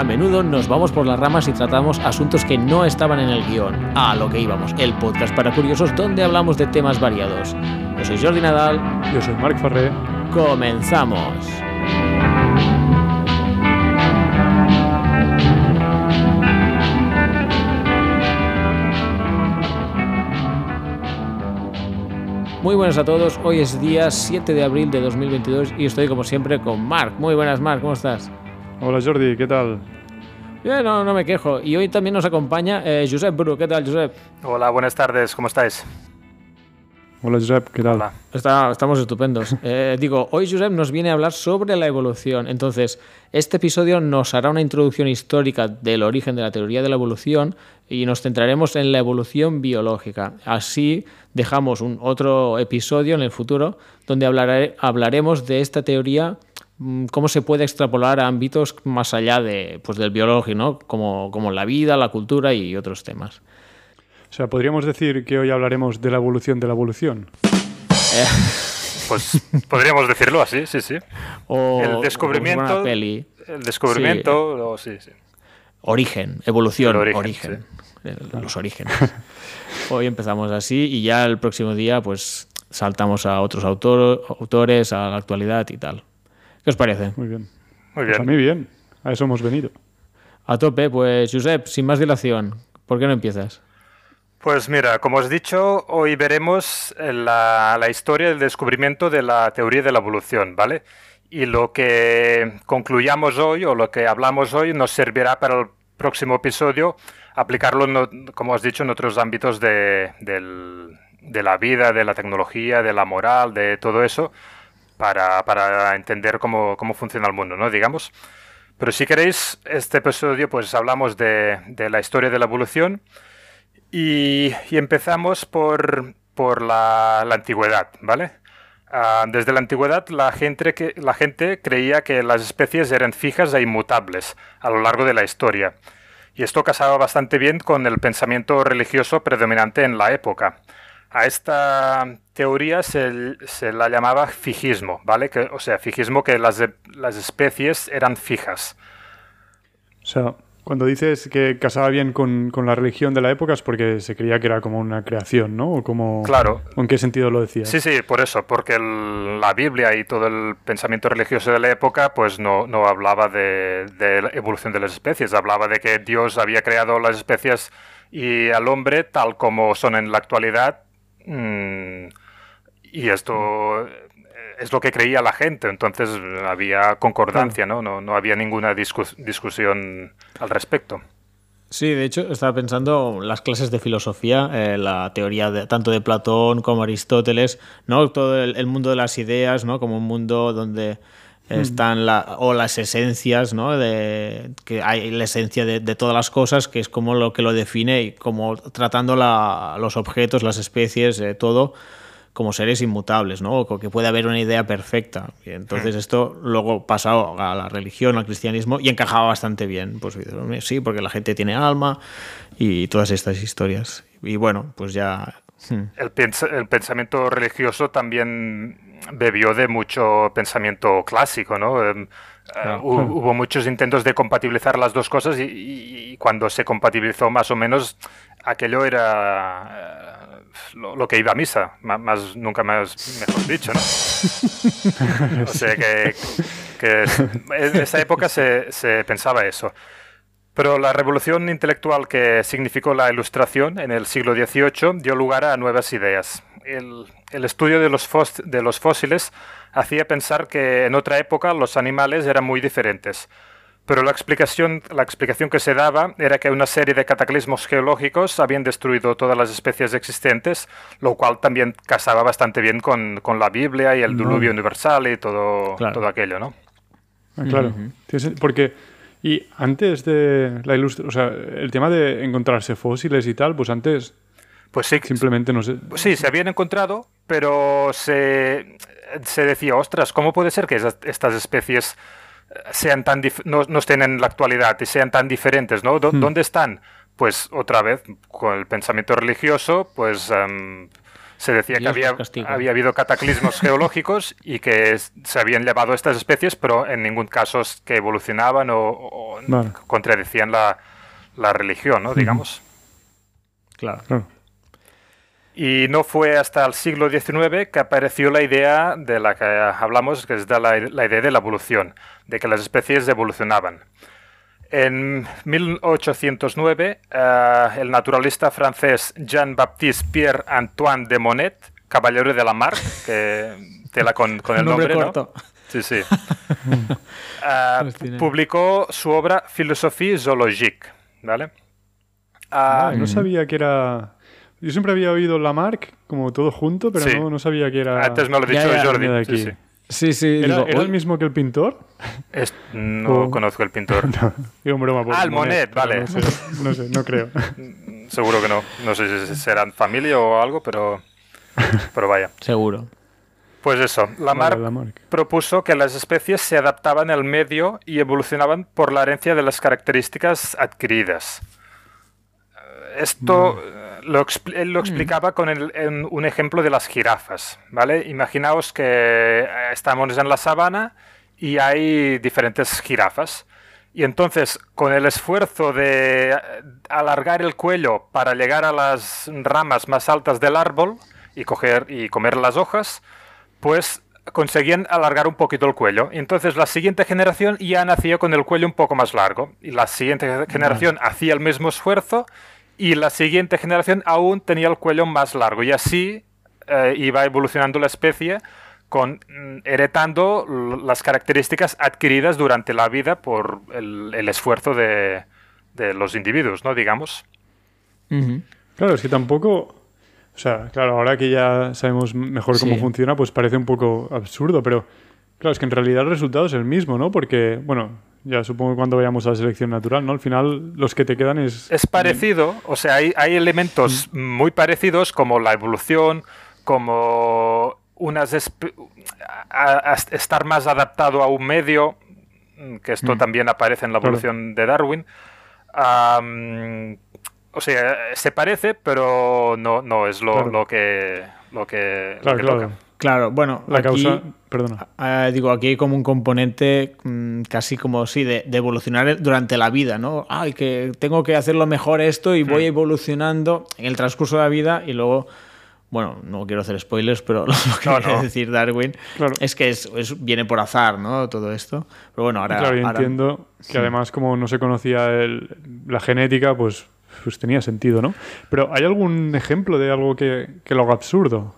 A menudo nos vamos por las ramas y tratamos asuntos que no estaban en el guión. A lo que íbamos, el podcast para curiosos donde hablamos de temas variados. Yo soy Jordi Nadal. Yo soy Marc Ferrer. ¡Comenzamos! Muy buenas a todos, hoy es día 7 de abril de 2022 y estoy como siempre con Marc. Muy buenas, Marc, ¿cómo estás? Hola Jordi, ¿qué tal? Bien, no me quejo. Y hoy también nos acompaña Josep Bru. ¿Qué tal, Josep? Hola, buenas tardes, ¿cómo estáis? Hola Josep, ¿qué tal? Hola. Estamos estupendos. Hoy Josep nos viene a hablar sobre la evolución. Entonces, este episodio nos hará una introducción histórica del origen de la teoría de la evolución y nos centraremos en la evolución biológica. Así dejamos un otro episodio en el futuro donde hablaremos de esta teoría, cómo se puede extrapolar a ámbitos más allá del biológico, ¿no? Como la vida, la cultura y otros temas. O sea, ¿podríamos decir que hoy hablaremos de la evolución de la evolución? Pues podríamos decirlo así, sí. O el descubrimiento. Una peli. El descubrimiento, sí. Origen, evolución, origen. Sí. Los orígenes. Hoy empezamos así y ya el próximo día pues saltamos a otros autores, a la actualidad y tal. ¿Qué os parece? Muy bien. Muy bien. Pues a mí bien, a eso hemos venido. A tope, pues Josep, sin más dilación, ¿por qué no empiezas? Pues mira, como os he dicho, hoy veremos la historia del descubrimiento de la teoría de la evolución, ¿vale? Y lo que concluyamos hoy o lo que hablamos hoy nos servirá para el próximo episodio aplicarlo, como os he dicho, en otros ámbitos de la vida, de la tecnología, de la moral, de todo eso, para entender cómo funciona el mundo, ¿no? Digamos. Pero si queréis, este episodio pues hablamos de la historia de la evolución. Y empezamos por la antigüedad, ¿vale? Desde la antigüedad la gente creía que las especies eran fijas e inmutables a lo largo de la historia. Y esto casaba bastante bien con el pensamiento religioso predominante en la época. A esta teoría se la llamaba fijismo, ¿vale? Fijismo que las especies eran fijas. O sea, cuando dices que casaba bien con la religión de la época es porque se creía que era como una creación, ¿no? ¿O como, claro. ¿O en qué sentido lo decías? Sí, por eso, porque la Biblia y todo el pensamiento religioso de la época pues no hablaba de la evolución de las especies, hablaba de que Dios había creado las especies y al hombre tal como son en la actualidad, y esto es lo que creía la gente, entonces había concordancia, ¿no? No había ninguna discusión al respecto. Sí, de hecho, estaba pensando las clases de filosofía, la teoría tanto de Platón como Aristóteles, ¿no? Todo el mundo de las ideas, ¿no? Como un mundo donde están las esencias, ¿no? Que hay la esencia de todas las cosas, que es como lo que lo define, y como tratando los objetos, las especies, todo como seres inmutables, ¿no? O que puede haber una idea perfecta. Y entonces esto luego pasó a la religión, al cristianismo, y encajaba bastante bien. Pues sí, porque la gente tiene alma y todas estas historias. Y bueno, pues ya... El pensamiento religioso también bebió de mucho pensamiento clásico, ¿no? Hubo muchos intentos de compatibilizar las dos cosas y cuando se compatibilizó más o menos, aquello era lo que iba a misa, nunca más mejor dicho, ¿no? O sea que en esa época se pensaba eso. Pero la revolución intelectual que significó la Ilustración en el siglo XVIII dio lugar a nuevas ideas. El estudio de los fósiles hacía pensar que en otra época los animales eran muy diferentes. Pero la explicación que se daba era que una serie de cataclismos geológicos habían destruido todas las especies existentes, lo cual también casaba bastante bien con la Biblia y el diluvio universal y todo aquello, ¿no? Claro, porque... Y antes de la Ilustración, o sea, el tema de encontrarse fósiles y tal, pues antes pues sí, simplemente no sé. Sí, se habían encontrado, pero se decía, ostras, ¿cómo puede ser que estas especies sean no estén en la actualidad y sean tan diferentes, ¿no? ¿Dónde están? Pues otra vez, con el pensamiento religioso, pues Se decía Dios que los castiga. había habido cataclismos geológicos y que se habían llevado estas especies, pero en ningún caso es que evolucionaban o Vale. contradecían la religión, ¿no? Digamos. Claro. Claro. Y no fue hasta el siglo XIX que apareció la idea de la que hablamos, que es la idea de la evolución, de que las especies evolucionaban. En 1809, el naturalista francés Jean-Baptiste Pierre-Antoine de Monnet, caballero de Lamarck, que tela con el nombre, ¿no? corto. Sí, sí. Publicó su obra Philosophie zoologique, ¿vale? No sabía que era... Yo siempre había oído Lamarck como todo junto, pero Sí. no sabía que era... Antes me lo he dicho Ya, Jordi. de aquí. Sí, sí. Sí, ¿Era, digo, era uy, el mismo que el pintor? No conozco el pintor. Digo en broma. por El Monet, pero vale. No sé, no creo. Seguro que no. No sé si serán familia o algo, pero vaya. seguro. Pues eso, Lamarck Vale, Lamarck. propuso que las especies se adaptaban al medio y evolucionaban por la herencia de las características adquiridas. Esto él lo explicaba con un ejemplo de las jirafas, ¿vale? Imaginaos que estamos en la sabana y hay diferentes jirafas. Y entonces, con el esfuerzo de alargar el cuello para llegar a las ramas más altas del árbol y comer las hojas, pues conseguían alargar un poquito el cuello. Y entonces la siguiente generación ya nació con el cuello un poco más largo. Y la siguiente generación hacía el mismo esfuerzo y la siguiente generación aún tenía el cuello más largo. Y así iba evolucionando la especie, heredando las características adquiridas durante la vida por el esfuerzo de los individuos, ¿no? Digamos. Ujú. Claro, es que tampoco... O sea, claro, ahora que ya sabemos mejor cómo Sí. funciona, pues parece un poco absurdo, pero claro, es que en realidad el resultado es el mismo, ¿no? Porque, bueno, ya supongo que cuando vayamos a la selección natural, ¿no? Al final los que te quedan es... Es parecido, o sea, hay elementos muy parecidos como la evolución, como estar más adaptado a un medio, que esto también aparece en la evolución de Darwin. O sea, se parece, pero no es lo que toca. Claro, bueno, La aquí, causa... Perdona. digo, aquí hay como un componente casi como, sí, de evolucionar durante la vida, ¿no? Ay, que tengo que hacerlo mejor esto y voy evolucionando en el transcurso de la vida y luego, bueno, no quiero hacer spoilers, pero lo que quiere decir Darwin es que viene por azar, ¿no? Todo esto. Pero bueno, ahora... Claro, yo entiendo que además como no se conocía la genética, pues tenía sentido, ¿no? Pero ¿hay algún ejemplo de algo que lo haga absurdo?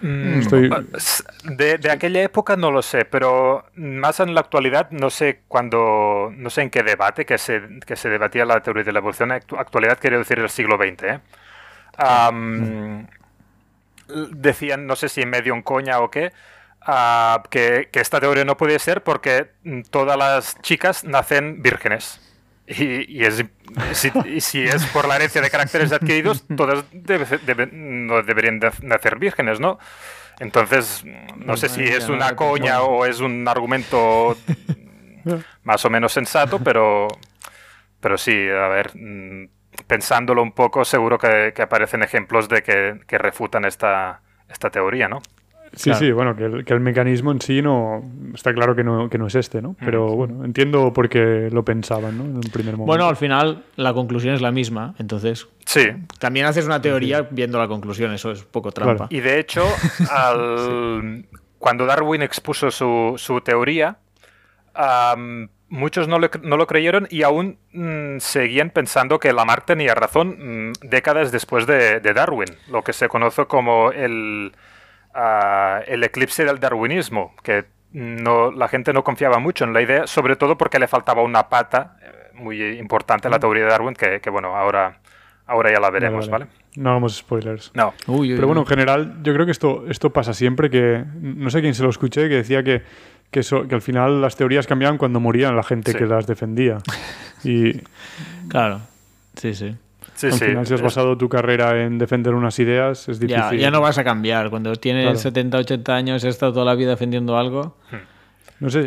De aquella época no lo sé, pero más en la actualidad no sé en qué debate que se debatía la teoría de la evolución. Actualidad quiere decir el siglo XX, ¿eh? Decían, no sé si medio en coña o qué, que esta teoría no puede ser porque todas las chicas nacen vírgenes. Y si es por la herencia de caracteres adquiridos, todas no deberían nacer vírgenes, ¿no? Entonces, no sé si es una coña o es un argumento más o menos sensato, pero sí, a ver, pensándolo un poco, seguro que aparecen ejemplos de que refutan esta teoría, ¿no? Sí, claro. Sí, bueno, que el mecanismo en sí no está claro que no es este, ¿no? Pero bueno, entiendo por qué lo pensaban, ¿no? En un primer momento. Bueno, al final la conclusión es la misma, entonces sí. También haces una teoría viendo la conclusión, eso es un poco trampa. Claro. Y de hecho, cuando Darwin expuso su teoría, muchos no lo creyeron y aún seguían pensando que Lamarck tenía razón décadas después de Darwin, lo que se conoce como el eclipse del darwinismo, que la gente no confiaba mucho en la idea, sobre todo porque le faltaba una pata muy importante a la teoría de Darwin, que bueno, ahora ya la veremos, ¿vale? No hagamos spoilers. No. Pero bueno, en general, yo creo que esto pasa siempre, que no sé quién se lo escuché, que decía que al final las teorías cambiaban cuando morían la gente que las defendía. Y claro, sí. Al final, si has basado tu carrera en defender unas ideas, es difícil. Ya no vas a cambiar. Cuando tienes 70, 80 años, has estado toda la vida defendiendo algo. No sé,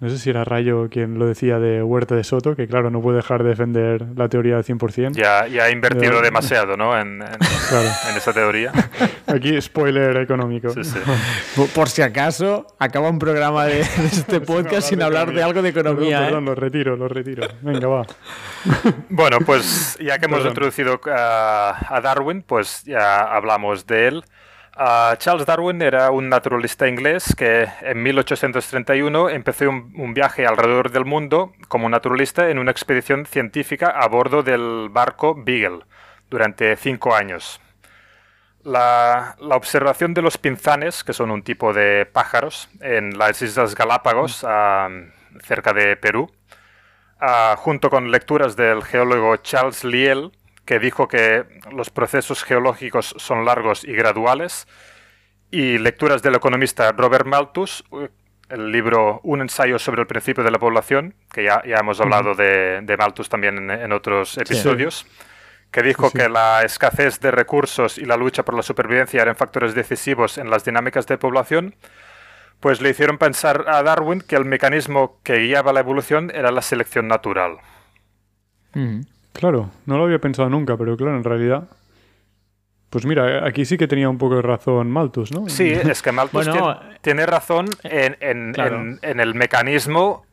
no sé si era Rayo quien lo decía de Huerta de Soto, que claro, no puede dejar de defender la teoría del 100%. Ya ha invertido demasiado, ¿no? En esa teoría. Aquí, spoiler económico. Sí, sí. Por si acaso, acaba un programa de este podcast sin hablar de algo de economía. Perdón, lo retiro. Venga, va. Bueno, pues ya que hemos introducido a Darwin, pues ya hablamos de él. Charles Darwin era un naturalista inglés que en 1831 empezó un viaje alrededor del mundo como naturalista en una expedición científica a bordo del barco Beagle durante 5 años. La observación de los pinzanes, que son un tipo de pájaros, en las Islas Galápagos, cerca de Perú, junto con lecturas del geólogo Charles Lyell, que dijo que los procesos geológicos son largos y graduales, y lecturas del economista Robert Malthus, el libro Un ensayo sobre el principio de la población, que ya hemos hablado de Malthus también en otros episodios, que dijo que la escasez de recursos y la lucha por la supervivencia eran factores decisivos en las dinámicas de población, pues le hicieron pensar a Darwin que el mecanismo que guiaba la evolución era la selección natural. Claro, no lo había pensado nunca, pero claro, en realidad... Pues mira, aquí sí que tenía un poco de razón Malthus, ¿no? Sí, es que Malthus tiene razón en el mecanismo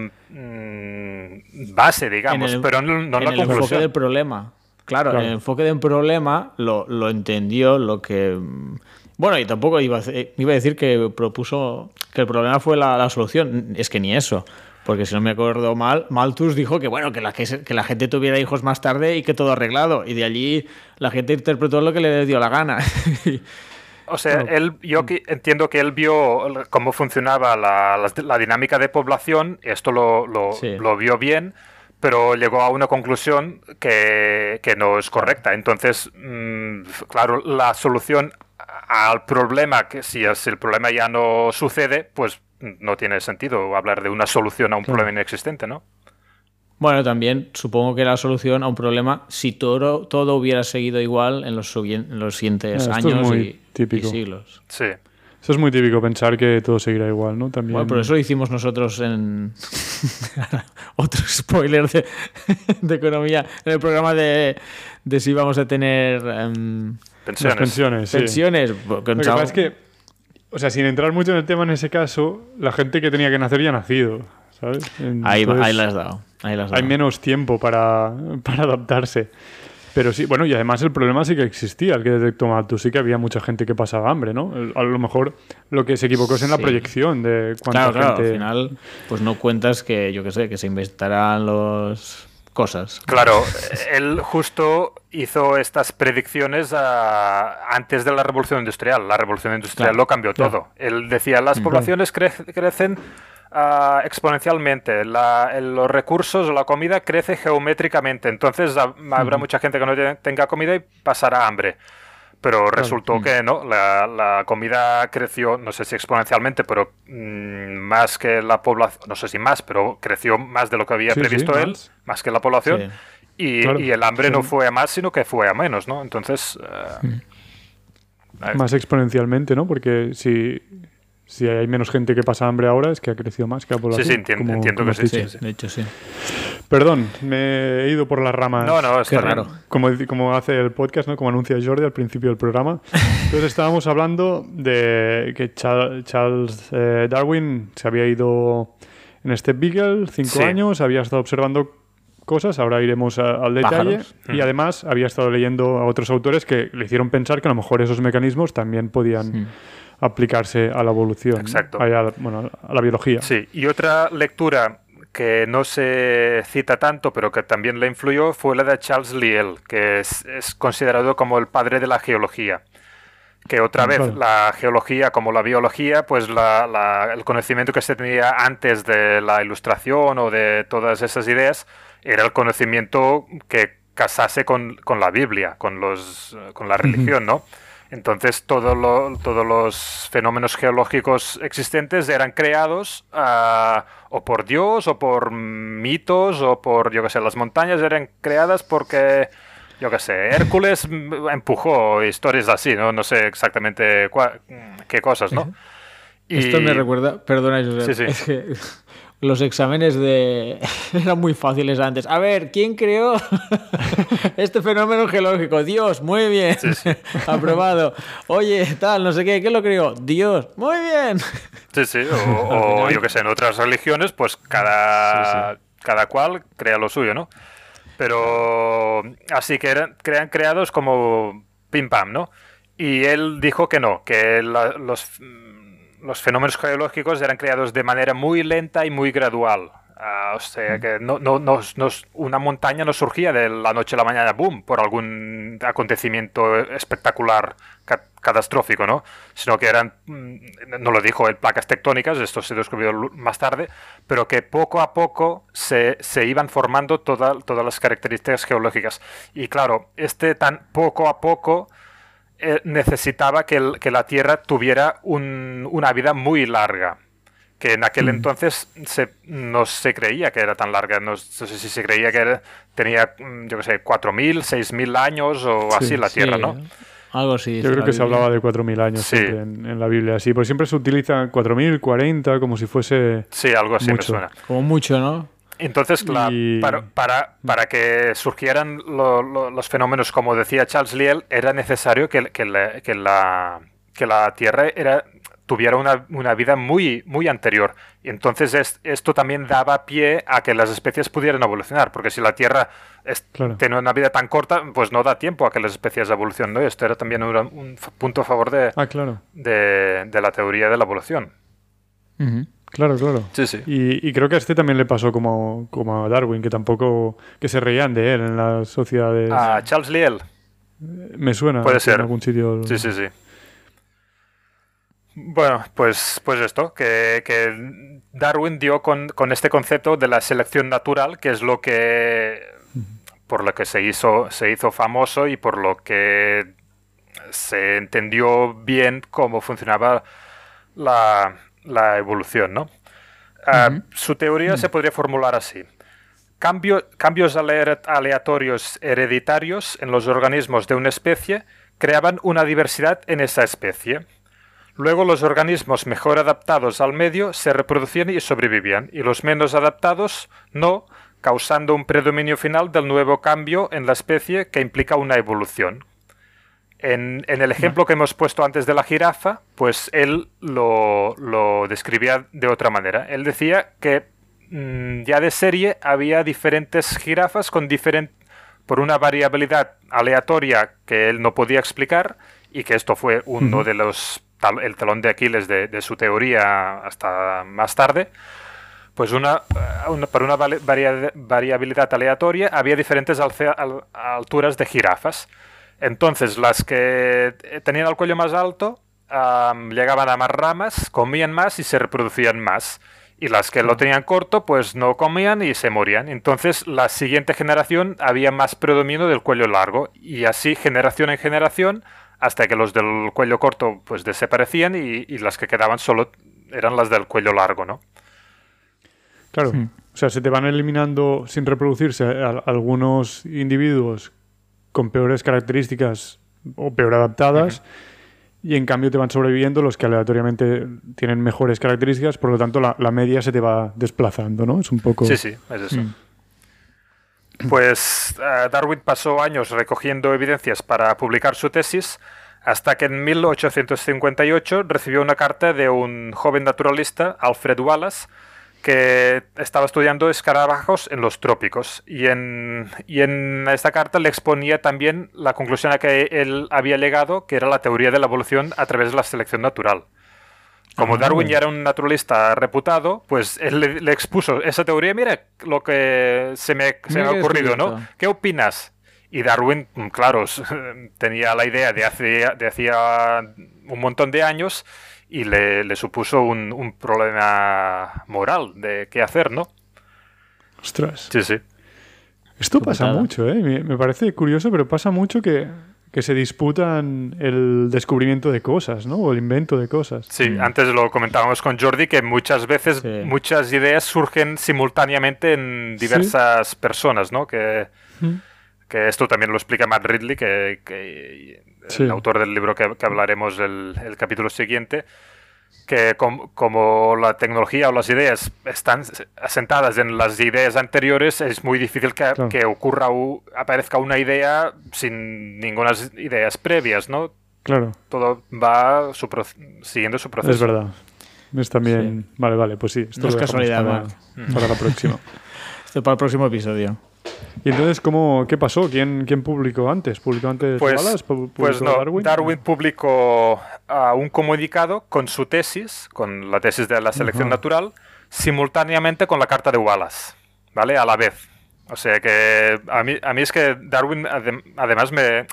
base, digamos, pero no en la conclusión. El enfoque del problema. Claro, el enfoque del problema lo entendió, lo que... Bueno, y tampoco iba a decir que propuso que el problema fue la solución. Es que ni eso. Porque si no me acuerdo mal, Malthus dijo que bueno, que la gente tuviera hijos más tarde y que todo arreglado. Y de allí la gente interpretó lo que le dio la gana. O sea, yo entiendo que él vio cómo funcionaba la dinámica de población, esto lo vio bien, pero llegó a una conclusión que no es correcta. Entonces, claro, la solución al problema, que si el problema ya no sucede, pues no tiene sentido hablar de una solución a un problema inexistente, ¿no? Bueno, también supongo que la solución a un problema, si todo hubiera seguido igual en los siguientes años y siglos. Sí. Eso es muy típico, pensar que todo seguirá igual, ¿no? También... Bueno, pero eso lo hicimos nosotros en... Otro spoiler de economía, en el programa de si vamos a tener... pensiones. Pensiones. Lo que pasa es que, o sea, sin entrar mucho en el tema en ese caso, la gente que tenía que nacer ya ha nacido, ¿sabes? Ahí la has dado. Hay menos tiempo para adaptarse. Pero sí, bueno, y además el problema sí que existía, el que detectó Malthus, sí que había mucha gente que pasaba hambre, ¿no? A lo mejor lo que se equivocó es en la proyección de cuánta gente... Claro, al final, pues no cuentas que, yo qué sé, que se inventarán los... cosas. Claro, él justo hizo estas predicciones antes de la Revolución Industrial. La Revolución Industrial lo cambió todo. Él decía, las poblaciones crecen exponencialmente, los recursos o la comida crece geométricamente, entonces habrá mucha gente que no tenga comida y pasará hambre. Pero resultó que no, la comida creció, no sé si exponencialmente, pero más que la población, no sé si más, pero creció más de lo que había previsto él, más que la población, y el hambre no fue a más, sino que fue a menos, ¿no? Entonces... más exponencialmente, ¿no? Porque si hay menos gente que pasa hambre ahora, es que ha crecido más que la población. Sí, entiendo que sí. De hecho, sí. Perdón, me he ido por las ramas. No, está raro. Como hace el podcast, ¿no? Como anuncia Jordi al principio del programa. Entonces estábamos hablando de que Charles Darwin se había ido en este Beagle 5 años, había estado observando cosas, ahora iremos al detalle, y además había estado leyendo a otros autores que le hicieron pensar que a lo mejor esos mecanismos también podían aplicarse a la evolución. Exacto. A la biología. Sí, y otra lectura que no se cita tanto, pero que también le influyó, fue la de Charles Lyell, que es considerado como el padre de la geología. Que otra vez, la geología como la biología, pues el conocimiento que se tenía antes de la Ilustración o de todas esas ideas, era el conocimiento que casase con la Biblia, con la religión, ¿no? Entonces todos los fenómenos geológicos existentes eran creados o por Dios o por mitos o por, yo qué sé, las montañas eran creadas porque, yo qué sé, Hércules empujó, historias así, no sé exactamente qué cosas, ¿no? Esto me recuerda, perdona Josep, sí. es que los exámenes eran muy fáciles antes. A ver, ¿quién creó este fenómeno geológico? Dios, muy bien. Sí, sí. Aprobado. Oye, tal, no sé qué, ¿quién lo creó? Dios, muy bien. Sí, sí. O yo que sé, en otras religiones, pues cada cual crea lo suyo, ¿no? Pero así que eran creados como pim pam, ¿no? Y él dijo que no, que los fenómenos geológicos eran creados de manera muy lenta y muy gradual. O sea, que una montaña no surgía de la noche a la mañana, boom, por algún acontecimiento espectacular, catastrófico, ¿no? Sino que eran, no lo dijo él, placas tectónicas, esto se descubrió más tarde, pero que poco a poco se iban formando todas las características geológicas. Y claro, tan poco a poco necesitaba que la Tierra tuviera una vida muy larga, que en aquel entonces no se creía que era tan larga, no sé si se creía que tenía, yo qué sé, 4.000, 6.000 años o así la Tierra, ¿no? Algo así. Yo creo que se hablaba de 4.000 años siempre en la Biblia, sí, porque siempre se utiliza 4.000, 40, como si fuese... Sí, algo así mucho. me suena. Como mucho, ¿no? Entonces, para que surgieran los fenómenos, como decía Charles Lyell, era necesario que la Tierra tuviera una vida muy, muy anterior. Y entonces esto también daba pie a que las especies pudieran evolucionar, porque si la Tierra tiene una vida tan corta, pues no da tiempo a que las especies evolucionen, ¿no? Esto era también un punto a favor de la teoría de la evolución. Claro, claro. Sí, sí. Y creo que a este también le pasó como a Darwin, que se reían de él en las sociedades. A Charles Lyell. Me suena. Puede ser. En algún sitio. Sí, sí, sí. Bueno, pues esto, que Darwin dio con este concepto de la selección natural, que es por lo que se hizo famoso y por lo que se entendió bien cómo funcionaba la evolución, ¿no? Su teoría se podría formular así. Cambios aleatorios hereditarios en los organismos de una especie creaban una diversidad en esa especie. Luego los organismos mejor adaptados al medio se reproducían y sobrevivían, y los menos adaptados no, causando un predominio final del nuevo cambio en la especie que implica una evolución. En el ejemplo que hemos puesto antes de la jirafa, pues él lo describía de otra manera. Él decía que ya de serie había diferentes jirafas por una variabilidad aleatoria que él no podía explicar, y que esto fue uno de el talón de Aquiles de su teoría hasta más tarde. Pues por una variabilidad aleatoria había diferentes alturas de jirafas. Entonces, las que tenían el cuello más alto llegaban a más ramas, comían más y se reproducían más. Y las que lo tenían corto, pues no comían y se morían. Entonces, la siguiente generación había más predominio del cuello largo. Y así, generación en generación, hasta que los del cuello corto pues desaparecían y las que quedaban solo eran las del cuello largo, ¿no? Claro. O sea, se te van eliminando sin reproducirse algunos individuos con peores características o peor adaptadas, y en cambio te van sobreviviendo los que aleatoriamente tienen mejores características, por lo tanto la media se te va desplazando, ¿no? Es un poco... Sí, sí, es eso. Pues Darwin pasó años recogiendo evidencias para publicar su tesis, hasta que en 1858 recibió una carta de un joven naturalista, Alfred Wallace, que estaba estudiando escarabajos en los trópicos, y en esta carta le exponía también la conclusión a que él había llegado, que era la teoría de la evolución a través de la selección natural. Como Darwin ya era un naturalista reputado, pues él le expuso esa teoría. Mira lo que se me ha ocurrido, ¿no? ¿Qué opinas? Y Darwin, claro, tenía la idea de hacía un montón de años, y le supuso un problema moral de qué hacer, ¿no? Ostras. Sí, sí. Esto pasa mucho, ¿eh? Me parece curioso, pero pasa mucho que se disputan el descubrimiento de cosas, ¿no? O el invento de cosas. Sí, antes lo comentábamos con Jordi, que muchas veces muchas ideas surgen simultáneamente en diversas personas, ¿no? Que esto también lo explica Matt Ridley, que el autor del libro que hablaremos el capítulo siguiente, que como la tecnología o las ideas están asentadas en las ideas anteriores, es muy difícil que ocurra aparezca una idea sin ninguna ideas previas, ¿no? Claro. Todo va siguiendo su proceso. Es verdad. Es también... Sí. Vale, pues sí. Esto no es casualidad, para la próxima. Esto para el próximo episodio. ¿Y entonces qué pasó? ¿Quién publicó antes? ¿Publicó antes Wallace? Pues no, Darwin publicó un comunicado con su tesis, con la tesis de la selección natural, simultáneamente con la carta de Wallace, ¿vale? A la vez. O sea que a mí es que Darwin, además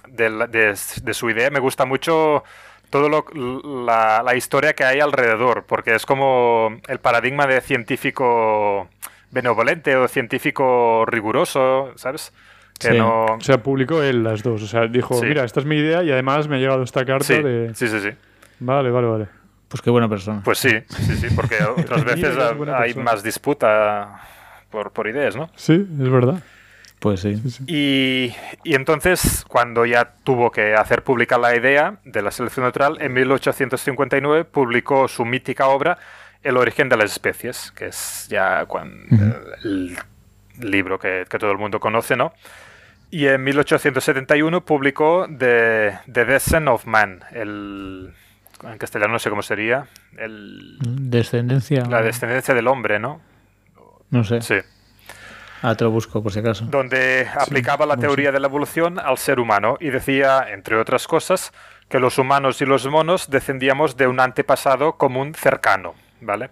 de su idea, me gusta mucho toda la historia que hay alrededor, porque es como el paradigma de científico benevolente o científico riguroso, ¿sabes? Que no... O sea, publicó él las dos. O sea, dijo, mira, esta es mi idea y además me ha llegado esta carta de... Sí. Vale. Pues qué buena persona. Pues sí, porque otras veces hay más disputa por ideas, ¿no? Sí, es verdad. Pues sí. Y entonces, cuando ya tuvo que hacer pública la idea de la selección natural, en 1859 publicó su mítica obra El origen de las especies, que es ya el libro que todo el mundo conoce, ¿no? Y en 1871 publicó The Descent of Man, en castellano no sé cómo sería. Descendencia. La descendencia del hombre, ¿no? No sé. Sí. Te lo busco por si acaso. Donde aplicaba la teoría de la evolución al ser humano y decía, entre otras cosas, que los humanos y los monos descendíamos de un antepasado común cercano, ¿vale?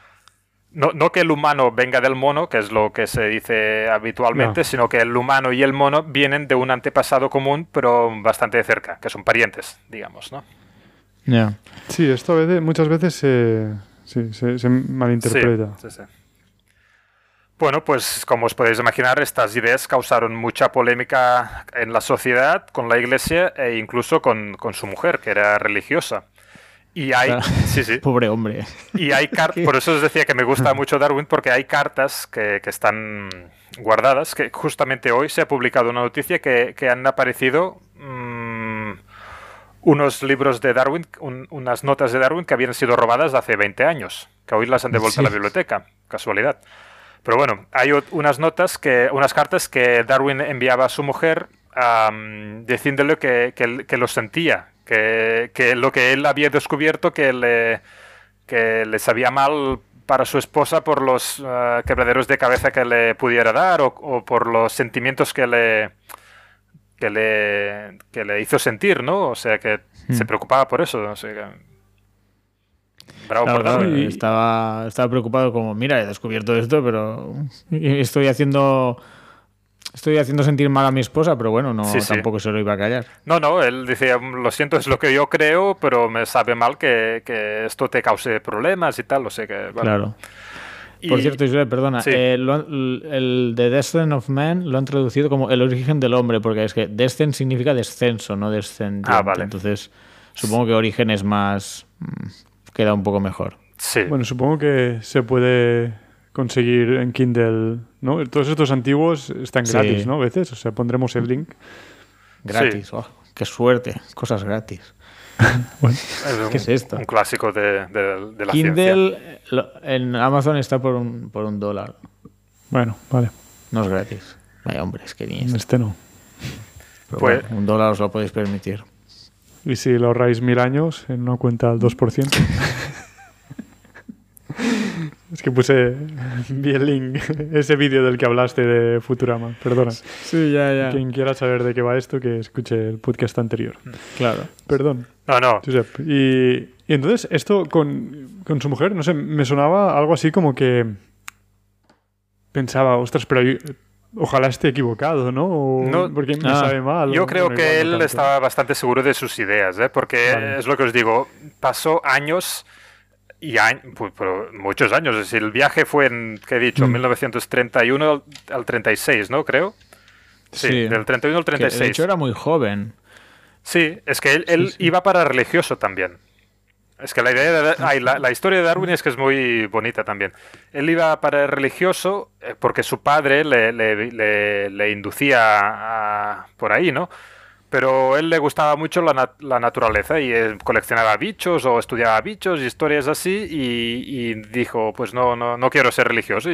No que el humano venga del mono, que es lo que se dice habitualmente, sino que el humano y el mono vienen de un antepasado común, pero bastante de cerca, que son parientes, digamos, ¿no? Yeah. Sí, esto muchas veces se malinterpreta. Sí. Bueno, pues como os podéis imaginar, estas ideas causaron mucha polémica en la sociedad, con la Iglesia e incluso con su mujer, que era religiosa. Y hay... Pobre hombre. Y hay por eso os decía que me gusta mucho Darwin, porque hay cartas que están guardadas, que justamente hoy se ha publicado una noticia que han aparecido unos libros de Darwin, unas notas de Darwin que habían sido robadas hace 20 años, que hoy las han devuelto a la biblioteca, casualidad. Pero bueno, hay unas cartas que Darwin enviaba a su mujer diciéndole que lo sentía, que lo que él había descubierto que le sabía mal para su esposa por los quebraderos de cabeza que le pudiera dar o por los sentimientos que le hizo sentir, ¿no? O sea, que se preocupaba por eso, o sea, que... Bravo por Darwin. Estaba preocupado como, mira, he descubierto esto, pero estoy haciendo sentir mal a mi esposa, pero bueno, tampoco se lo iba a callar. No, él decía, lo siento, es lo que yo creo, pero me sabe mal que esto te cause problemas y tal, o sea que... Bueno. Claro. Por cierto, Joel, perdona, sí. el The Descent of Man lo han traducido como el origen del hombre, porque es que descent significa descenso, no descendiente. Vale. Entonces, supongo que origen es más... queda un poco mejor. Sí. Bueno, supongo que se puede conseguir en Kindle, ¿no? Todos estos antiguos están gratis, ¿no? A veces, o sea, pondremos el link. Gratis, sí. Qué suerte, cosas gratis. Bueno, ¿qué es esto? Un clásico de la Kindle ciencia. En Amazon está por $1. Bueno, vale. No es gratis. Vaya, hombre, es que ni esto. Este no. Pero pues, bueno, $1 os lo podéis permitir. ¿Y si lo ahorráis 1000 años en una cuenta al 2%? Es que vi el link, ese vídeo del que hablaste de Futurama, perdona. Sí, ya. Quien quiera saber de qué va esto, que escuche el podcast anterior. Claro. Perdón. No. Josep, y entonces esto con su mujer, no sé, me sonaba algo así como que pensaba, ostras, pero ojalá esté equivocado, ¿no? No, porque me sabe mal. Yo creo que él estaba bastante seguro de sus ideas, porque es lo que os digo, pasó años... pero muchos años. Es decir, el viaje fue en, ¿qué he dicho? 1931 al 36, ¿no? Creo. Sí, del 31 al 36. De hecho, era muy joven. Sí, es que él iba para religioso también. Es que la idea la historia de Darwin es que es muy bonita también. Él iba para religioso porque su padre le inducía por ahí, ¿no? pero él le gustaba mucho la naturaleza y coleccionaba bichos o estudiaba bichos y historias así y dijo, pues no quiero ser religioso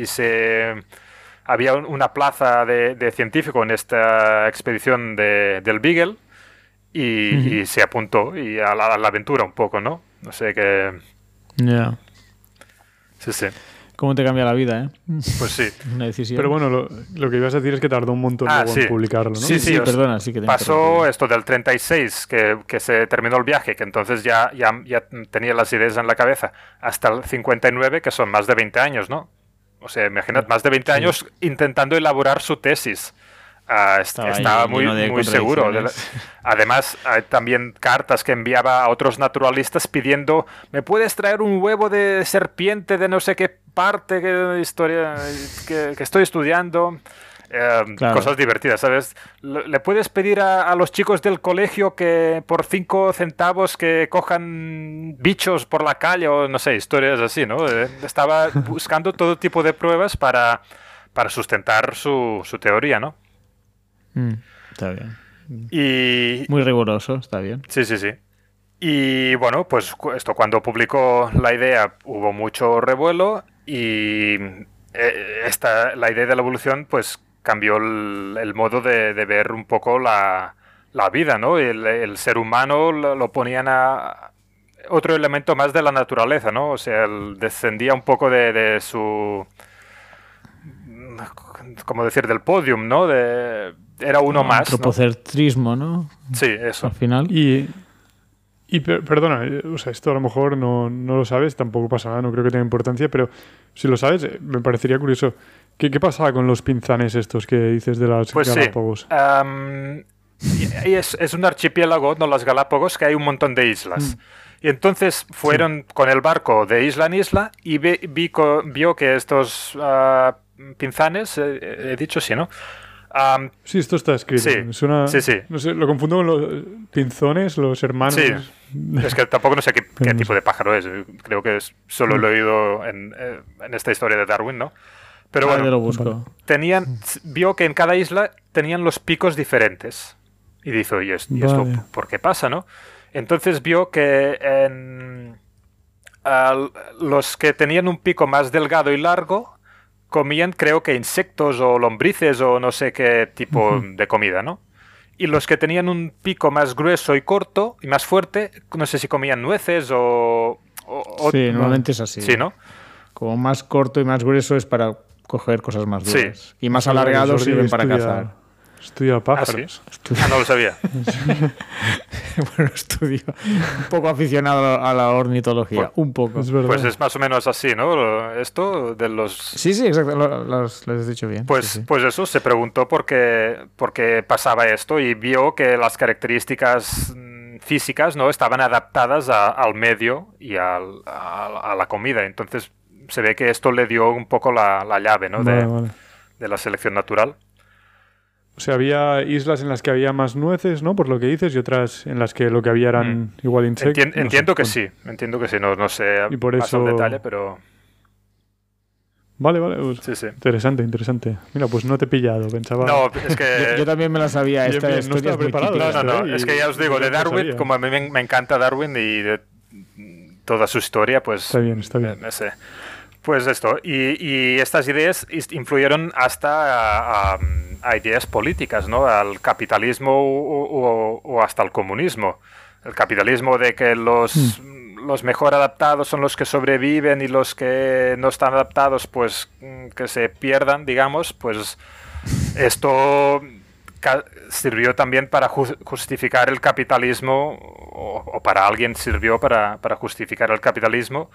había una plaza de científico en esta expedición del Beagle y se apuntó y a la aventura un poco, ¿no? No sé qué... Ya. Sí, sí. ¿Cómo te cambia la vida, Pues sí. Una decisión. Pero bueno, lo que ibas a decir es que tardó un montón luego en publicarlo, ¿no? Sí, perdona, sí que te pasó esto del 36, que se terminó el viaje, que entonces ya tenía las ideas en la cabeza, hasta el 59, que son más de 20 años, ¿no? O sea, imaginad, más de 20 años intentando elaborar su tesis. Estaba muy seguro. Además, hay también cartas que enviaba a otros naturalistas pidiendo, ¿me puedes traer un huevo de serpiente de no sé qué parte de historia que estoy estudiando? Claro. Cosas divertidas, ¿sabes? ¿Le puedes pedir a los chicos del colegio que por 5 centavos que cojan bichos por la calle o no sé, historias así, ¿no? Estaba buscando todo tipo de pruebas para sustentar su teoría, ¿no? Está bien. Y... Muy riguroso, está bien. Sí. Y bueno, pues esto, cuando publicó la idea hubo mucho revuelo y la idea de la evolución pues cambió el modo de ver un poco la vida, ¿no? El ser humano lo ponían a otro elemento más de la naturaleza, ¿no? O sea, descendía un poco de su... ¿cómo decir? Del podium, ¿no? Era uno más. Antropocentrismo, ¿no? Sí, eso. Al final. Perdona, o sea, esto a lo mejor no lo sabes, tampoco pasa nada, no creo que tenga importancia, pero si lo sabes, me parecería curioso. ¿Qué pasaba con los pinzanes estos que dices de las Galápagos? Sí. Es un archipiélago, no las Galápagos, que hay un montón de islas. Y entonces fueron con el barco de isla en isla y vio que estos pinzanes, he dicho sí, ¿no? Sí, esto está escrito. Sí. No sé, lo confundo con los pinzones, los hermanos. Sí, es que tampoco no sé qué tipo de pájaro es. Creo que solo lo he oído en esta historia de Darwin, ¿no? Pero bueno, lo busco. Vio que en cada isla tenían los picos diferentes. Y dijo, ¿y esto por qué pasa, no? Entonces vio que los que tenían un pico más delgado y largo comían, creo que insectos o lombrices o no sé qué tipo de comida, ¿no? Y los que tenían un pico más grueso y corto y más fuerte, no sé si comían nueces o sí, normalmente es así. Sí, ¿no? Como más corto y más grueso es para coger cosas más duras. Sí. Y más alargados sirven para cazar. Estudia pájaros. ¿Ah, sí? No lo sabía. Bueno, estudio. Un poco aficionado a la ornitología. Un poco. Pues es más o menos así, ¿no? Esto de los... Sí, exacto. Lo has dicho bien. Pues eso, se preguntó por qué pasaba esto y vio que las características físicas, ¿no? Estaban adaptadas al medio y a la comida. Entonces se ve que esto le dio un poco la llave, ¿no? De la selección natural. O sea, había islas en las que había más nueces, ¿no? Por lo que dices, y otras en las que lo que había eran igual insectos. Entiendo que sí, no sé y por más eso... al detalle, pero... Vale. Pues sí. Interesante. Mira, pues no te he pillado, pensaba... No, es que... yo también me la sabía. Esta bien, no estaba preparado. No, es que ya os digo, de Darwin, como a mí me encanta Darwin y de toda su historia, pues... Está bien. Pues esto, y estas ideas influyeron hasta a ideas políticas, ¿no? Al capitalismo o hasta al comunismo. El capitalismo de que los mejor adaptados son los que sobreviven y los que no están adaptados, pues que se pierdan, digamos, pues esto sirvió también para justificar el capitalismo, o para alguien sirvió para justificar el capitalismo.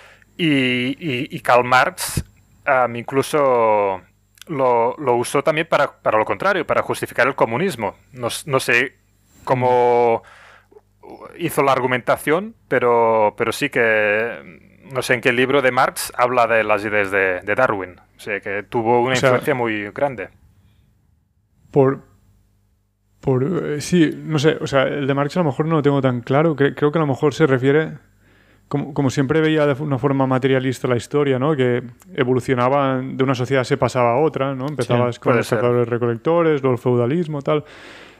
Y Karl Marx incluso lo usó también para lo contrario, para justificar el comunismo. No sé cómo hizo la argumentación, pero sí que no sé en qué libro de Marx habla de las ideas de Darwin. O sea, que tuvo una influencia muy grande. Sí, no sé, o sea, el de Marx a lo mejor no lo tengo tan claro. Creo que a lo mejor se refiere... Como siempre veía de una forma materialista la historia, ¿no? Que evolucionaba de una sociedad, se pasaba a otra, ¿no? Empezabas con los cazadores recolectores, luego el feudalismo, tal.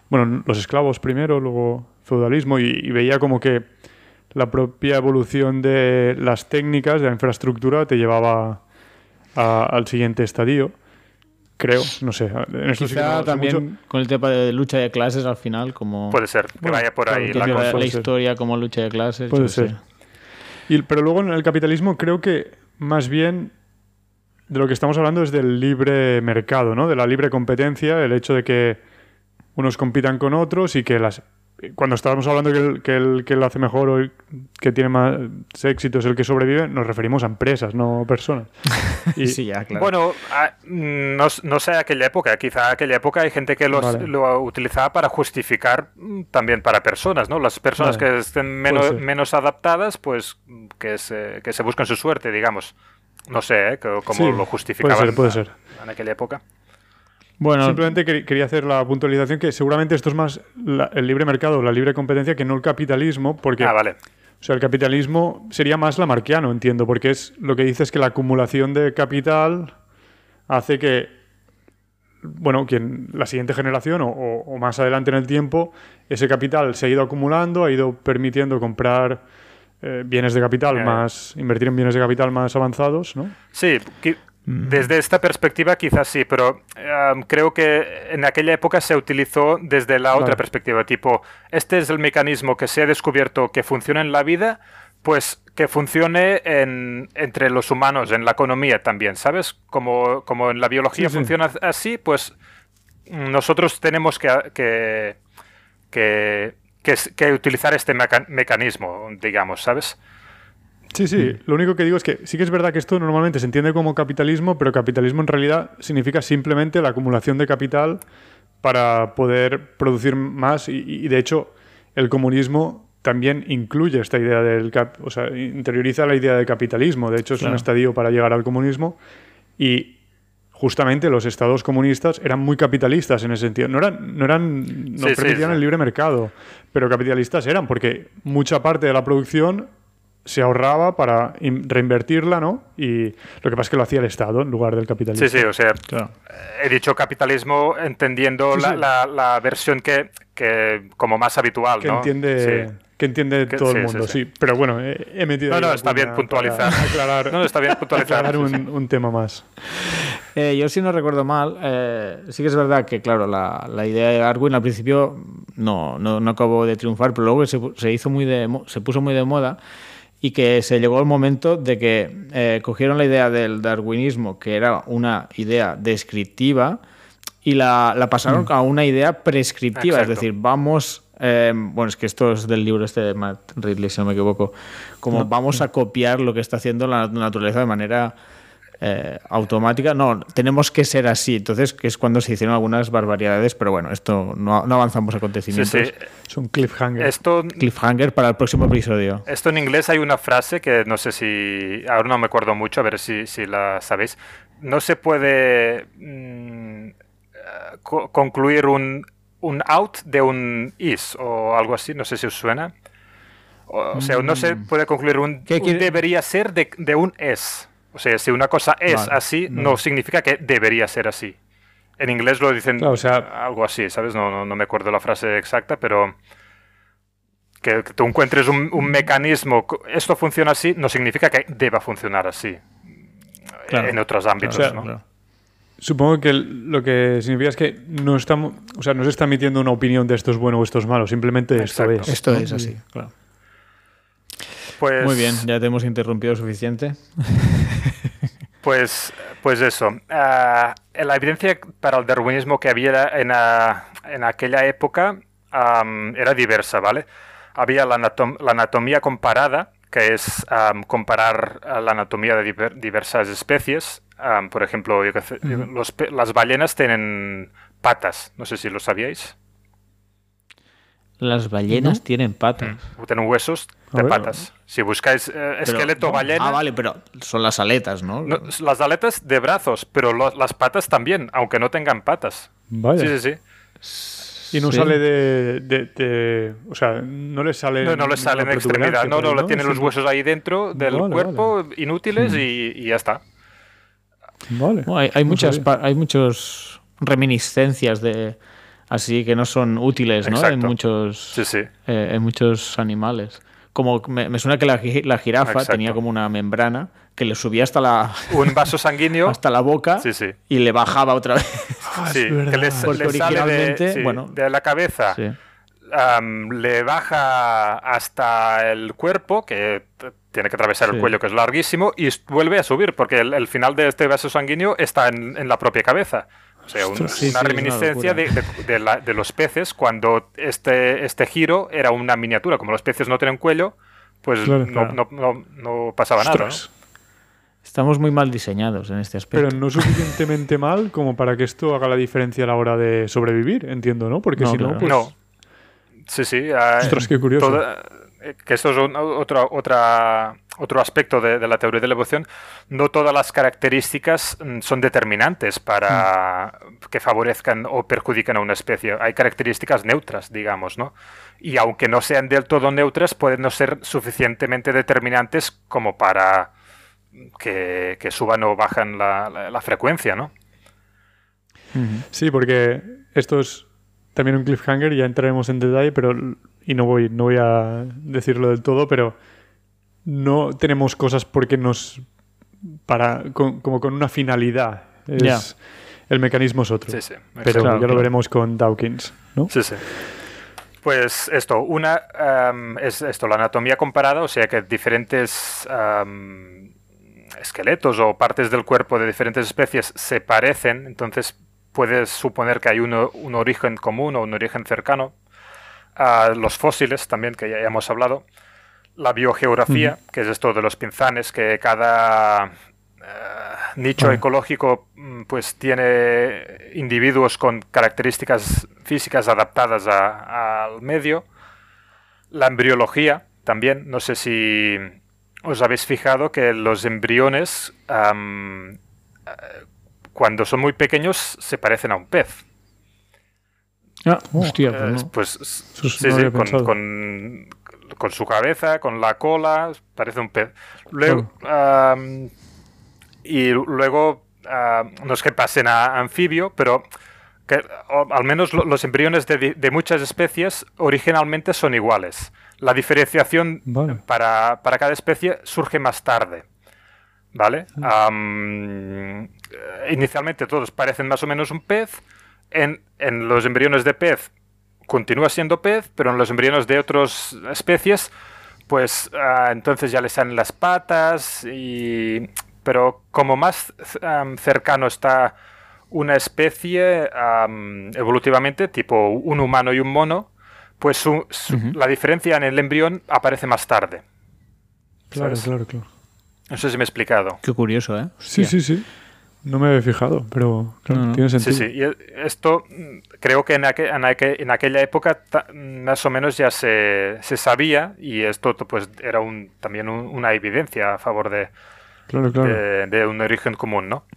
bueno, los esclavos primero, luego feudalismo, y veía como que la propia evolución de las técnicas, de la infraestructura, te llevaba al siguiente estadio. Creo, no sé. En esto sí que Quizá no sé también mucho. con el tema de lucha de clases al final, como Puede ser, que Bueno, vaya por ahí claro, la que cosa. la historia como lucha de clases. Puede yo ser. sé. Pero luego en el capitalismo creo que más bien de lo que estamos hablando es del libre mercado, ¿no? De la libre competencia, el hecho de que unos compitan con otros y que cuando estábamos hablando que el que lo hace mejor o el que tiene más éxito es el que sobrevive, nos referimos a empresas, no personas. Y, Sí, ya, claro. Bueno, no sé aquella época, quizá aquella época hay gente que Vale. lo utilizaba para justificar también para personas, ¿no? Las personas Vale. que estén Puede ser. menos adaptadas, pues que se busquen su suerte, digamos. No sé, cómo Sí, lo justificaban puede ser. en aquella época. Bueno, Simplemente quería hacer la puntualización que seguramente esto es más el libre mercado, la libre competencia, que no el capitalismo, porque Vale. o sea, el capitalismo sería más lamarckiano, entiendo, porque es lo que dice es que la acumulación de capital hace que, bueno, la siguiente generación o más adelante en el tiempo, ese capital se ha ido acumulando, ha ido permitiendo comprar bienes de capital invertir en bienes de capital más avanzados, ¿no? Sí, desde esta perspectiva quizás sí, pero creo que en aquella época se utilizó desde la otra perspectiva, tipo, este es el mecanismo que se ha descubierto que funciona en la vida, pues que funcione entre los humanos, en la economía también, ¿sabes? Como en la biología funciona así, pues nosotros tenemos que utilizar este mecanismo, digamos, ¿sabes? Sí, sí. Lo único que digo es que sí que es verdad que esto normalmente se entiende como capitalismo, pero capitalismo en realidad significa simplemente la acumulación de capital para poder producir más y de hecho el comunismo también incluye esta idea o sea, interioriza la idea del capitalismo. De hecho es un estadio para llegar al comunismo y justamente los estados comunistas eran muy capitalistas en ese sentido. No permitían el libre mercado, pero capitalistas eran porque mucha parte de la producción se ahorraba para reinvertirla, ¿no? Y lo que pasa es que lo hacía el Estado en lugar del capitalismo. Sí, o sea, he dicho capitalismo entendiendo la versión que como más habitual, que ¿no? entiende todo el mundo, sí. Pero bueno, he metido... No, está bien puntualizar. Está bien puntualizar. Aclarar un tema más. Yo si no recuerdo mal, sí que es verdad que, claro, la idea de Darwin al principio no acabó de triunfar, pero luego se puso muy de moda y que se llegó el momento de que cogieron la idea del darwinismo, que era una idea descriptiva, y la pasaron a una idea prescriptiva. Exacto. Es decir, vamos... bueno, es que esto es del libro de Matt Ridley, si no me equivoco. Vamos a copiar lo que está haciendo la naturaleza de manera automática. No, tenemos que ser así. Entonces, que es cuando se hicieron algunas barbaridades, pero bueno, esto no avanzamos acontecimientos. Sí. Es un cliffhanger. Cliffhanger para el próximo episodio. Esto en inglés hay una frase que no sé si... Ahora no me acuerdo mucho, a ver si la sabéis. No se puede concluir un out de un is o algo así, no sé si os suena. O sea, no se puede concluir un debería ser de un es. O sea, si una cosa es así, no significa que debería ser así. En inglés lo dicen algo así, ¿sabes? No me acuerdo la frase exacta, pero que tú encuentres un mecanismo, esto funciona así, no significa que deba funcionar así en otros ámbitos, ¿no? Claro. Supongo que lo que significa es que no se está emitiendo una opinión de esto es bueno o esto es malo, simplemente esto es. Esto es así, claro. Pues, muy bien, ya te hemos interrumpido suficiente. Pues eso. La evidencia para el darwinismo que había en aquella época era diversa, ¿vale? Había la anatomía comparada, que es comparar la anatomía de diversas especies. Por ejemplo, las ballenas tienen patas, no sé si lo sabíais. Las ballenas tienen patas. Tienen huesos de patas. Si buscáis esqueleto ballena... Ah, vale, pero son las aletas, ¿no? Las aletas de brazos, pero las patas también, aunque no tengan patas. Vaya. Sí. Y no sale o sea, no le sale... No le sale en extremidad. No, tienen los huesos ahí dentro del cuerpo, inútiles, y ya está. Vale. Bueno, hay muchas reminiscencias de así que no son útiles, ¿no? Exacto. En muchos animales. Como me suena que la jirafa Exacto. tenía como una membrana que le subía hasta un vaso sanguíneo hasta la boca y le bajaba otra vez. Sí, que le sale de la cabeza. Sí. Le baja hasta el cuerpo, que tiene que atravesar el cuello, que es larguísimo, y vuelve a subir, porque el final de este vaso sanguíneo está en la propia cabeza. O sea, una reminiscencia de los peces, cuando este giro era una miniatura. Como los peces no tienen cuello, pues no pasaba nada, ¿no? Estamos muy mal diseñados en este aspecto. Pero no suficientemente mal como para que esto haga la diferencia a la hora de sobrevivir, entiendo, ¿no? Porque si no, pues... No. Sí. Ostras, qué curioso. Que esto es otro aspecto de la teoría de la evolución. No todas las características son determinantes para que favorezcan o perjudiquen a una especie. Hay características neutras, digamos, ¿no? Y aunque no sean del todo neutras, pueden no ser suficientemente determinantes como para que suban o bajan la frecuencia, ¿no? Sí, porque esto es también un cliffhanger, ya entraremos en detalle, y no voy a decirlo del todo, pero no tenemos cosas como con una finalidad. El mecanismo es otro. Sí, pero ya lo veremos con Dawkins, ¿no? Sí. Pues esto, es la anatomía comparada, o sea que diferentes esqueletos o partes del cuerpo de diferentes especies se parecen, entonces puedes suponer que hay un origen común o un origen cercano. Los fósiles también, que ya hemos hablado. La biogeografía, que es esto de los pinzanes, que cada nicho ecológico pues tiene individuos con características físicas adaptadas al medio. La embriología también, no sé si os habéis fijado que los embriones cuando son muy pequeños se parecen a un pez. Hostia, pues no. Con su cabeza, con la cola, parece un pez. Luego, y luego, no es que pasen a anfibio, pero al menos los embriones de muchas especies originalmente son iguales. La diferenciación para cada especie surge más tarde. ¿Vale? Inicialmente todos parecen más o menos un pez. En los embriones de pez continúa siendo pez, pero en los embriones de otras especies, pues entonces ya le salen las patas. Pero como más cercano está una especie evolutivamente, tipo un humano y un mono, pues la diferencia en el embrión aparece más tarde. Claro. No sé si me he explicado. Qué curioso, ¿eh? Sí. No me había fijado, pero tiene sentido. Sí. Y esto creo que en aquella época más o menos ya se sabía, y esto pues era también una evidencia a favor de un origen común, ¿no?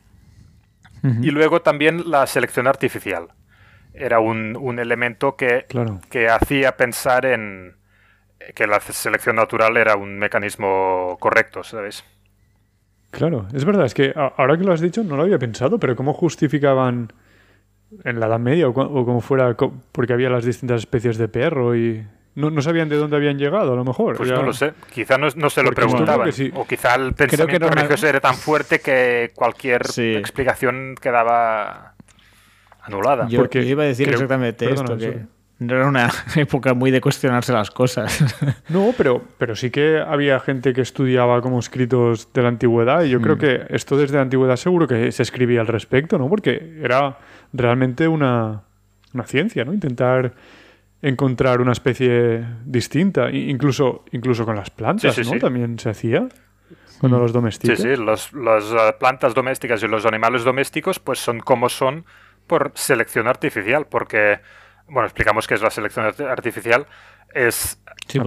Y luego también la selección artificial. Era un elemento que hacía pensar en que la selección natural era un mecanismo correcto, ¿sabes? Claro, es verdad, es que ahora que lo has dicho no lo había pensado, pero ¿cómo justificaban en la Edad Media o como fuera, porque había las distintas especies de perro y no sabían de dónde habían llegado, a lo mejor? Pues no lo sé, quizá no se lo preguntaban, o quizá el pensamiento religioso era tan fuerte que cualquier explicación quedaba anulada. Yo iba a decir exactamente esto, que no era una época muy de cuestionarse las cosas. No, pero sí que había gente que estudiaba como escritos de la antigüedad, y yo creo que esto desde la antigüedad seguro que se escribía al respecto, ¿no? Porque era realmente una ciencia, ¿no? Intentar encontrar una especie distinta, incluso con las plantas, ¿no? Sí. También se hacía cuando los domesticas. Sí, las plantas domésticas y los animales domésticos pues son como son por selección artificial, porque... Bueno, explicamos qué es la selección artificial. Es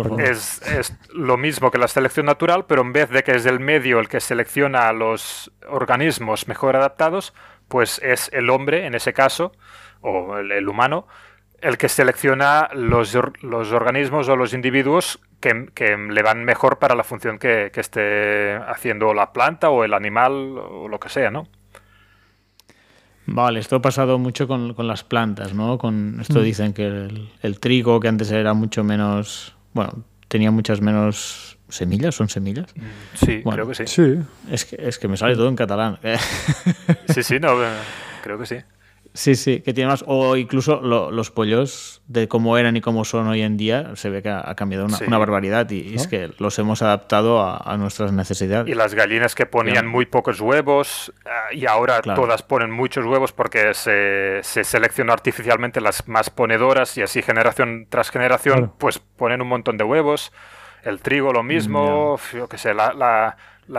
lo mismo que la selección natural, pero en vez de que es el medio el que selecciona a los organismos mejor adaptados, pues es el hombre, en ese caso, o el humano, el que selecciona los organismos o los individuos que le van mejor para la función que esté haciendo la planta o el animal o lo que sea, ¿no? Vale, esto ha pasado mucho con las plantas, ¿no? Con esto dicen que el trigo, que antes era mucho menos... Bueno, tenía muchas menos semillas, ¿son semillas? Sí, Bueno, creo que sí. Sí. Es que me sale todo en catalán. Sí, no, creo que sí. Sí, que tiene más... O incluso los pollos, de cómo eran y cómo son hoy en día, se ve que ha cambiado una barbaridad y es que los hemos adaptado a nuestras necesidades. Y las gallinas que ponían muy pocos huevos y ahora todas ponen muchos huevos porque se seleccionó artificialmente las más ponedoras y así generación tras generación pues ponen un montón de huevos. El trigo lo mismo, yo qué sé, las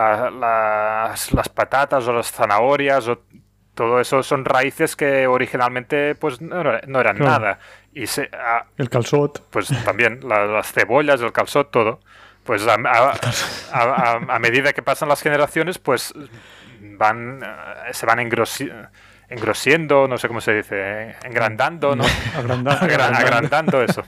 patatas o las zanahorias o todo eso son raíces que originalmente pues no eran nada. Y el calçot. Pues también, las cebollas, el calçot, todo. Pues a medida que pasan las generaciones, pues se van engrosiendo, no sé cómo se dice, engrandando, ¿no? Agrandando eso.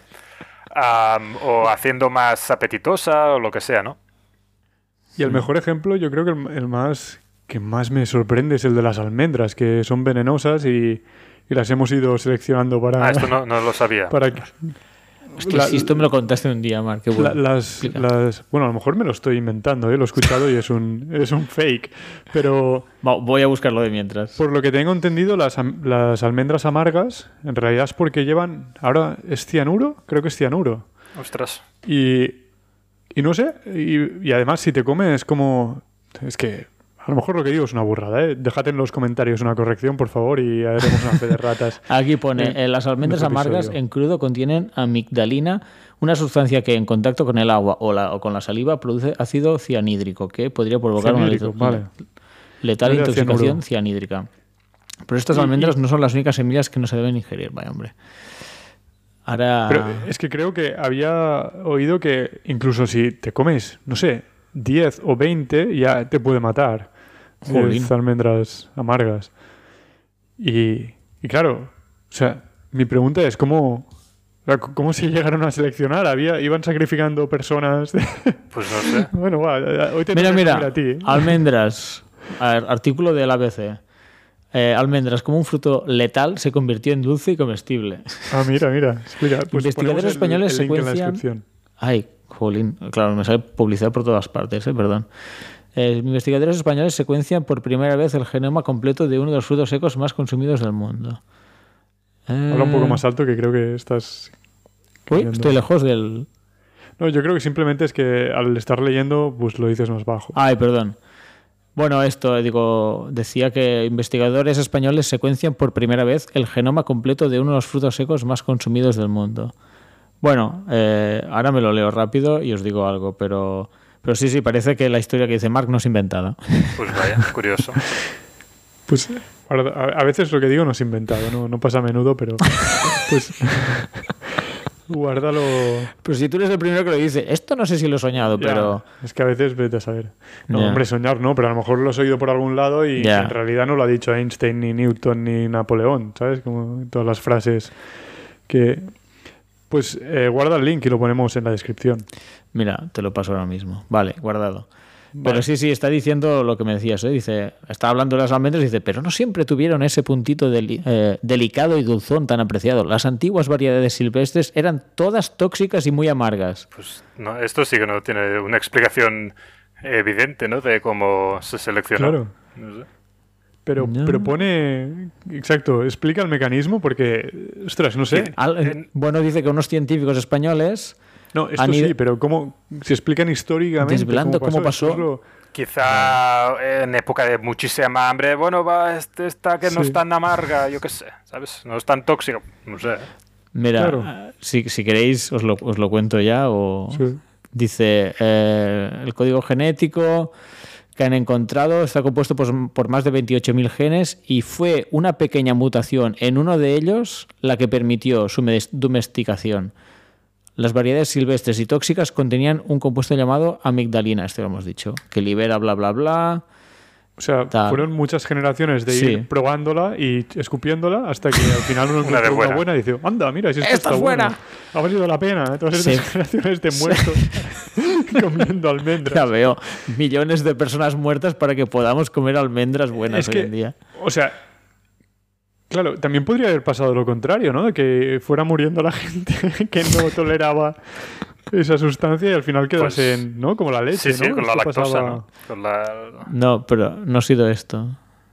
O haciendo más apetitosa o lo que sea, ¿no? Y el mejor ejemplo, yo creo que el que más me sorprende es el de las almendras, que son venenosas y las hemos ido seleccionando para... esto no lo sabía. Hostia, si esto me lo contaste un día, Marc, qué bueno. Bueno, a lo mejor me lo estoy inventando, lo he escuchado y es un fake, pero... Voy a buscarlo de mientras. Por lo que tengo entendido, las almendras amargas, en realidad es porque llevan... Ahora, ¿es cianuro? Creo que es cianuro. Ostras. Y no sé, y además si te comes como... Es que... A lo mejor lo que digo es una burrada, ¿eh? Dejad en los comentarios una corrección, por favor, y haremos una fe de ratas. Aquí pone, las almendras amargas en crudo contienen amigdalina, una sustancia que en contacto con el agua o con la saliva produce ácido cianhídrico, que podría provocar una letal intoxicación cianhídrica. Pero estas almendras no son las únicas semillas que no se deben ingerir, vaya hombre. Ahora... Pero es que creo que había oído que incluso si te comes, no sé, 10 o 20 ya te puede matar. 10 almendras amargas. Y claro, o sea, mi pregunta es ¿cómo se llegaron a seleccionar? ¿Iban sacrificando personas? Pues no sé. Bueno, hoy te mira, a ti, ¿eh? Almendras, artículo del ABC. Almendras como un fruto letal se convirtió en dulce y comestible. Mira, explica. Pues investigadores españoles el link secuencian... en la descripción. Ay, jolín, claro, me sale publicidad por todas partes, perdón. Investigadores españoles secuencian por primera vez el genoma completo de uno de los frutos secos más consumidos del mundo. Habla un poco más alto, que creo que estás... Uy, estoy lejos del... No, yo creo que simplemente es que al estar leyendo, pues lo dices más bajo. Ay, perdón. Bueno, decía que investigadores españoles secuencian por primera vez el genoma completo de uno de los frutos secos más consumidos del mundo. Bueno, ahora me lo leo rápido y os digo algo, pero sí, parece que la historia que dice Marc no es inventada. Pues vaya, curioso. Pues a veces lo que digo no es inventado, no pasa a menudo, pero pues guárdalo. Pero si tú eres el primero que lo dice, esto no sé si lo he soñado, pero... Es que a veces vete a saber. No, hombre, soñar no, pero a lo mejor lo has oído por algún lado y en realidad no lo ha dicho Einstein, ni Newton, ni Napoleón, ¿sabes? Como todas las frases que... Pues guarda el link y lo ponemos en la descripción. Mira, te lo paso ahora mismo. Vale, guardado. Pero sí, está diciendo lo que me decías, ¿eh? Dice, está hablando de las almendras y dice, pero no siempre tuvieron ese puntito delicado y dulzón tan apreciado. Las antiguas variedades silvestres eran todas tóxicas y muy amargas. Pues no, esto sí que no tiene una explicación evidente, ¿no? De cómo se seleccionó. Claro. No sé. Pero pone... Exacto, explica el mecanismo porque... Ostras, no sé. Bueno, dice que unos científicos españoles... No, esto sí, pero ¿cómo se explican históricamente? Desvelando cómo pasó. Quizá en época de muchísima hambre, bueno, esta que no es tan amarga, yo qué sé, ¿sabes? No es tan tóxico, no sé. Mira, claro. Si queréis os lo cuento ya. Sí. Dice, el código genético que han encontrado está compuesto por más de 28.000 genes y fue una pequeña mutación en uno de ellos la que permitió su domesticación. Las variedades silvestres y tóxicas contenían un compuesto llamado amigdalina, esto lo hemos dicho, que libera bla bla bla. O sea, fueron muchas generaciones de ir probándola y escupiéndola hasta que al final uno encuentra una buena y dice, anda, mira, si esto está buena. Ha valido la pena, todas estas generaciones de muertos comiendo almendras. Ya veo, millones de personas muertas para que podamos comer almendras buenas hoy en día. O sea, Claro, también podría haber pasado lo contrario, ¿no? De que fuera muriendo la gente que no toleraba esa sustancia y al final quedase Pues, ¿no? Como la leche, sí, ¿no? con la Esto lactosa, pasaba- ¿no? Con la... No, pero no ha sido esto.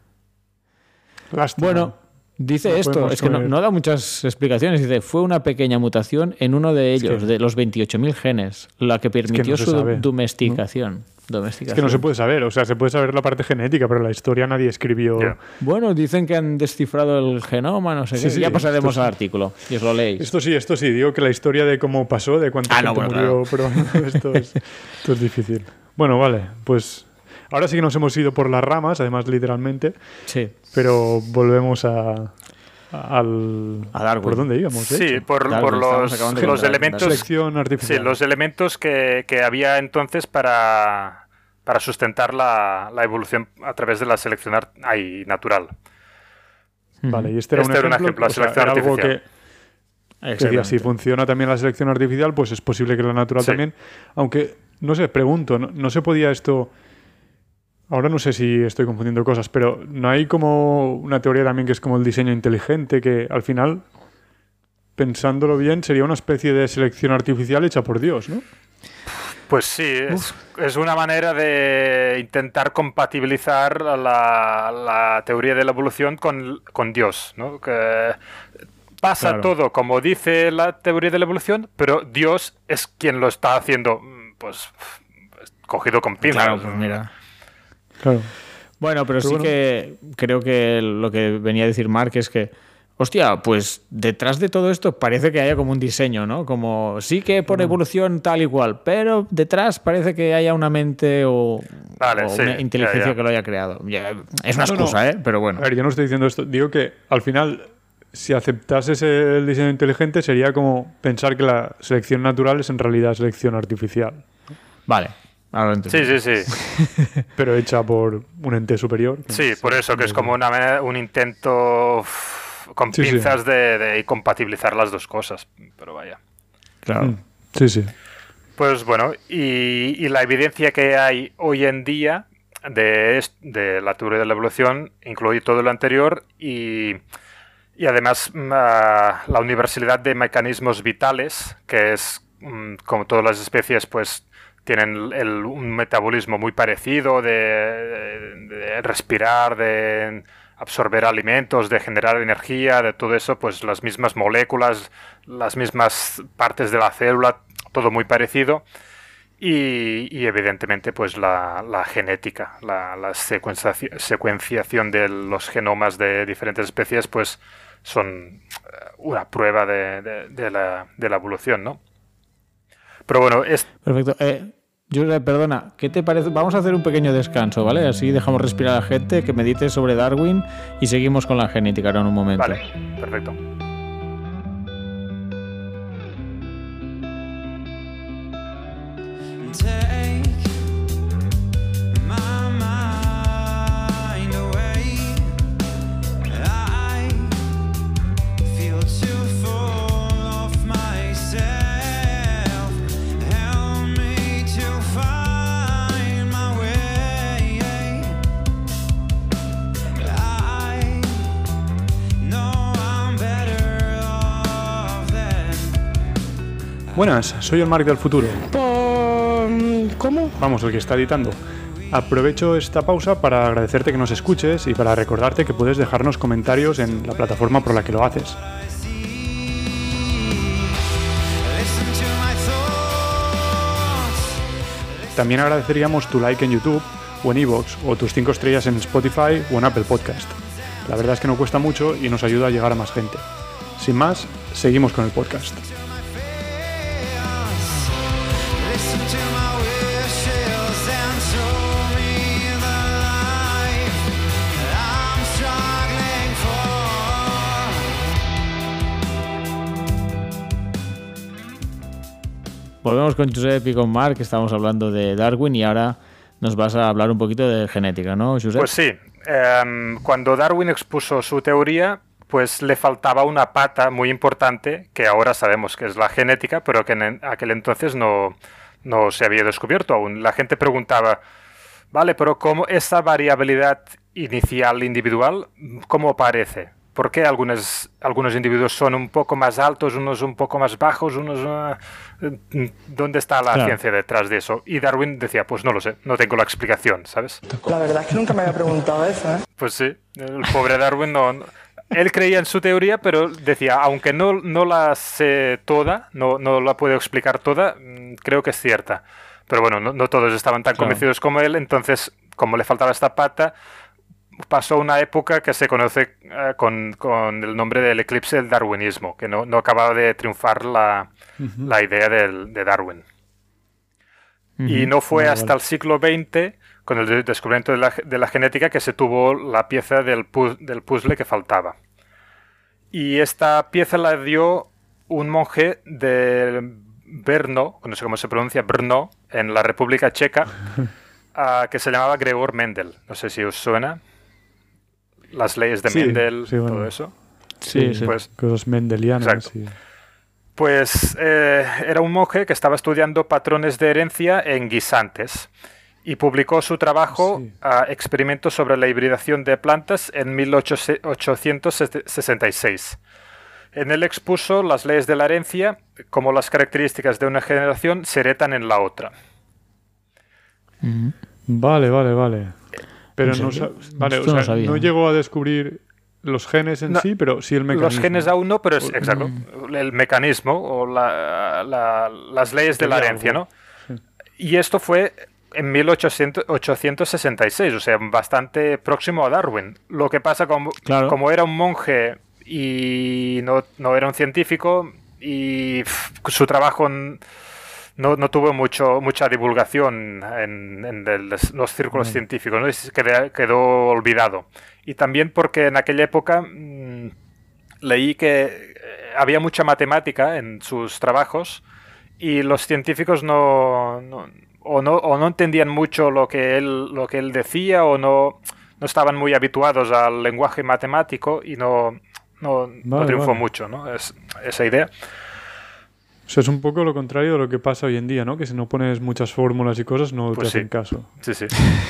Lástima. Bueno, dice No esto, podemos es que comer. no da muchas explicaciones. Dice, fue una pequeña mutación en uno de ellos, que- de los 28.000 genes, la que permitió no se su sabe, domesticación. Es que no se puede saber, o sea, se puede saber la parte genética, pero la historia nadie escribió. Ya. Bueno, dicen que han descifrado el genoma, no sé Sí, qué. sí, Ya pasaremos esto al artículo y os lo leéis. Esto sí, digo que la historia de cómo pasó, de cuánta Ah, no, gente bueno, murió, pero esto es difícil. Bueno, vale, pues ahora sí que nos hemos ido por las ramas, además literalmente, Sí. pero volvemos al... A Darwin. ¿Por dónde íbamos? de Sí, hecho? por Darwin, estamos los acabando de contar, elementos... Selección Sí, artificial. los elementos que había entonces para sustentar la evolución a través de la selección natural. Vale, y este era un ejemplo, la selección era algo artificial. que decía, si funciona también la selección artificial, pues es posible que la natural Sí. también. Aunque, no sé, pregunto, ¿no se podía esto... Ahora no sé si estoy confundiendo cosas, pero ¿no hay como una teoría también que es como el diseño inteligente, que al final, pensándolo bien, sería una especie de selección artificial hecha por Dios, ¿no? Pues sí, es una manera de intentar compatibilizar la teoría de la evolución con Dios, ¿no? Que pasa Claro. todo como dice la teoría de la evolución, pero Dios es quien lo está haciendo, pues, cogido con pinzas. Claro, pues mira. Claro. Bueno, pero sí bueno. que creo que lo que venía a decir Mark es que, hostia, pues detrás de todo esto parece que haya como un diseño, ¿no? Como sí que por evolución tal y cual, pero detrás parece que haya una mente o Sí, una inteligencia ya. que lo haya creado. Ya, es una No, excusa, ¿eh? Pero bueno. A ver, yo no estoy diciendo esto. Digo que al final, si aceptases el diseño inteligente, sería como pensar que la selección natural es en realidad selección artificial, Vale. Ahora lo entiendo. Sí. pero hecha por un ente superior. Sí, por eso que es como un intento con Sí, sí. pinzas de compatibilizar las dos cosas. Pero vaya. Claro. Sí. Pues bueno, y la evidencia que hay hoy en día de la teoría de la evolución incluye todo lo anterior y además la universalidad de mecanismos vitales, que es como todas las especies, pues tienen un metabolismo muy parecido de respirar, de absorber alimentos, de generar energía, de todo eso, pues las mismas moléculas, las mismas partes de la célula, todo muy parecido. Y evidentemente pues la genética, la secuenciación de los genomas de diferentes especies pues son una prueba de la evolución, ¿no? Pero bueno, Perfecto. Josep, perdona, ¿qué te parece? Vamos a hacer un pequeño descanso, ¿vale? Así dejamos respirar a la gente, que medite sobre Darwin y seguimos con la genética ahora en un momento. vale, perfecto. Take my mind away. I feel too full of myself. Help me to find my way. I know I'm better off than Buenas, soy el Mark del futuro. ¿Cómo? Vamos, el que está editando. Aprovecho esta pausa para agradecerte que nos escuches y para recordarte que puedes dejarnos comentarios en la plataforma por la que lo haces. listen to my thoughts. También agradeceríamos tu like en YouTube o en iVoox o tus 5 estrellas en Spotify o en Apple Podcast. La verdad es que no cuesta mucho y nos ayuda a llegar a más gente. Sin más, seguimos con el podcast. Listen to my wishes and show me the life I'm struggling for. Volvemos con Josep y con Marc, que estamos hablando de Darwin y ahora nos vas a hablar un poquito de genética, ¿no, Josep? Pues sí, cuando Darwin expuso su teoría, pues le faltaba una pata muy importante, que ahora sabemos que es la genética, pero que en aquel entonces no se había descubierto aún. La gente preguntaba, vale, pero ¿cómo esa variabilidad inicial individual, cómo aparece? ¿por qué algunos individuos son un poco más altos, unos un poco más bajos, ¿dónde está la ciencia detrás de eso? Y Darwin decía, pues no lo sé, no tengo la explicación, ¿sabes? La verdad es que nunca me había preguntado eso, ¿eh? Pues sí, el pobre Darwin él creía en su teoría, pero decía, aunque no la sé toda, no la puedo explicar toda, creo que es cierta. Pero bueno, no todos estaban tan convencidos como él, entonces, como le faltaba esta pata, pasó una época que se conoce con el nombre del eclipse del darwinismo, que no acababa de triunfar la idea de Darwin. Y no fue hasta el siglo XX, con el descubrimiento de la genética, que se tuvo la pieza del puzzle que faltaba. Y esta pieza la dio un monje de Brno, no sé cómo se pronuncia, Brno, en la República Checa, que se llamaba Gregor Mendel. No sé si os suena. Las leyes de Mendel, todo eso. Sí, pues, cosas mendelianas. Sí. Pues era un monje que estaba estudiando patrones de herencia en guisantes y publicó su trabajo Experimentos sobre la hibridación de plantas en 1866. En él expuso las leyes de la herencia, como las características de una generación se heredan en la otra. Vale. Pero no llegó a descubrir los genes en sí, pero sí el mecanismo. Los genes aún no, pero es exacto. El mecanismo o las leyes de la herencia, ¿no? Sí. Y esto fue en 1866, o sea, bastante próximo a Darwin. Lo que pasa como era un monje y no era un científico, y su trabajo no tuvo mucha divulgación en los círculos científicos, ¿no? Y quedó olvidado. Y también porque en aquella época leí que había mucha matemática en sus trabajos y los científicos no entendían mucho lo que él decía, o no estaban muy habituados al lenguaje matemático, y no triunfó mucho, ¿no? Esa idea. O sea, es un poco lo contrario de lo que pasa hoy en día, ¿no? Que si no pones muchas fórmulas y cosas no te hacen caso. Sí.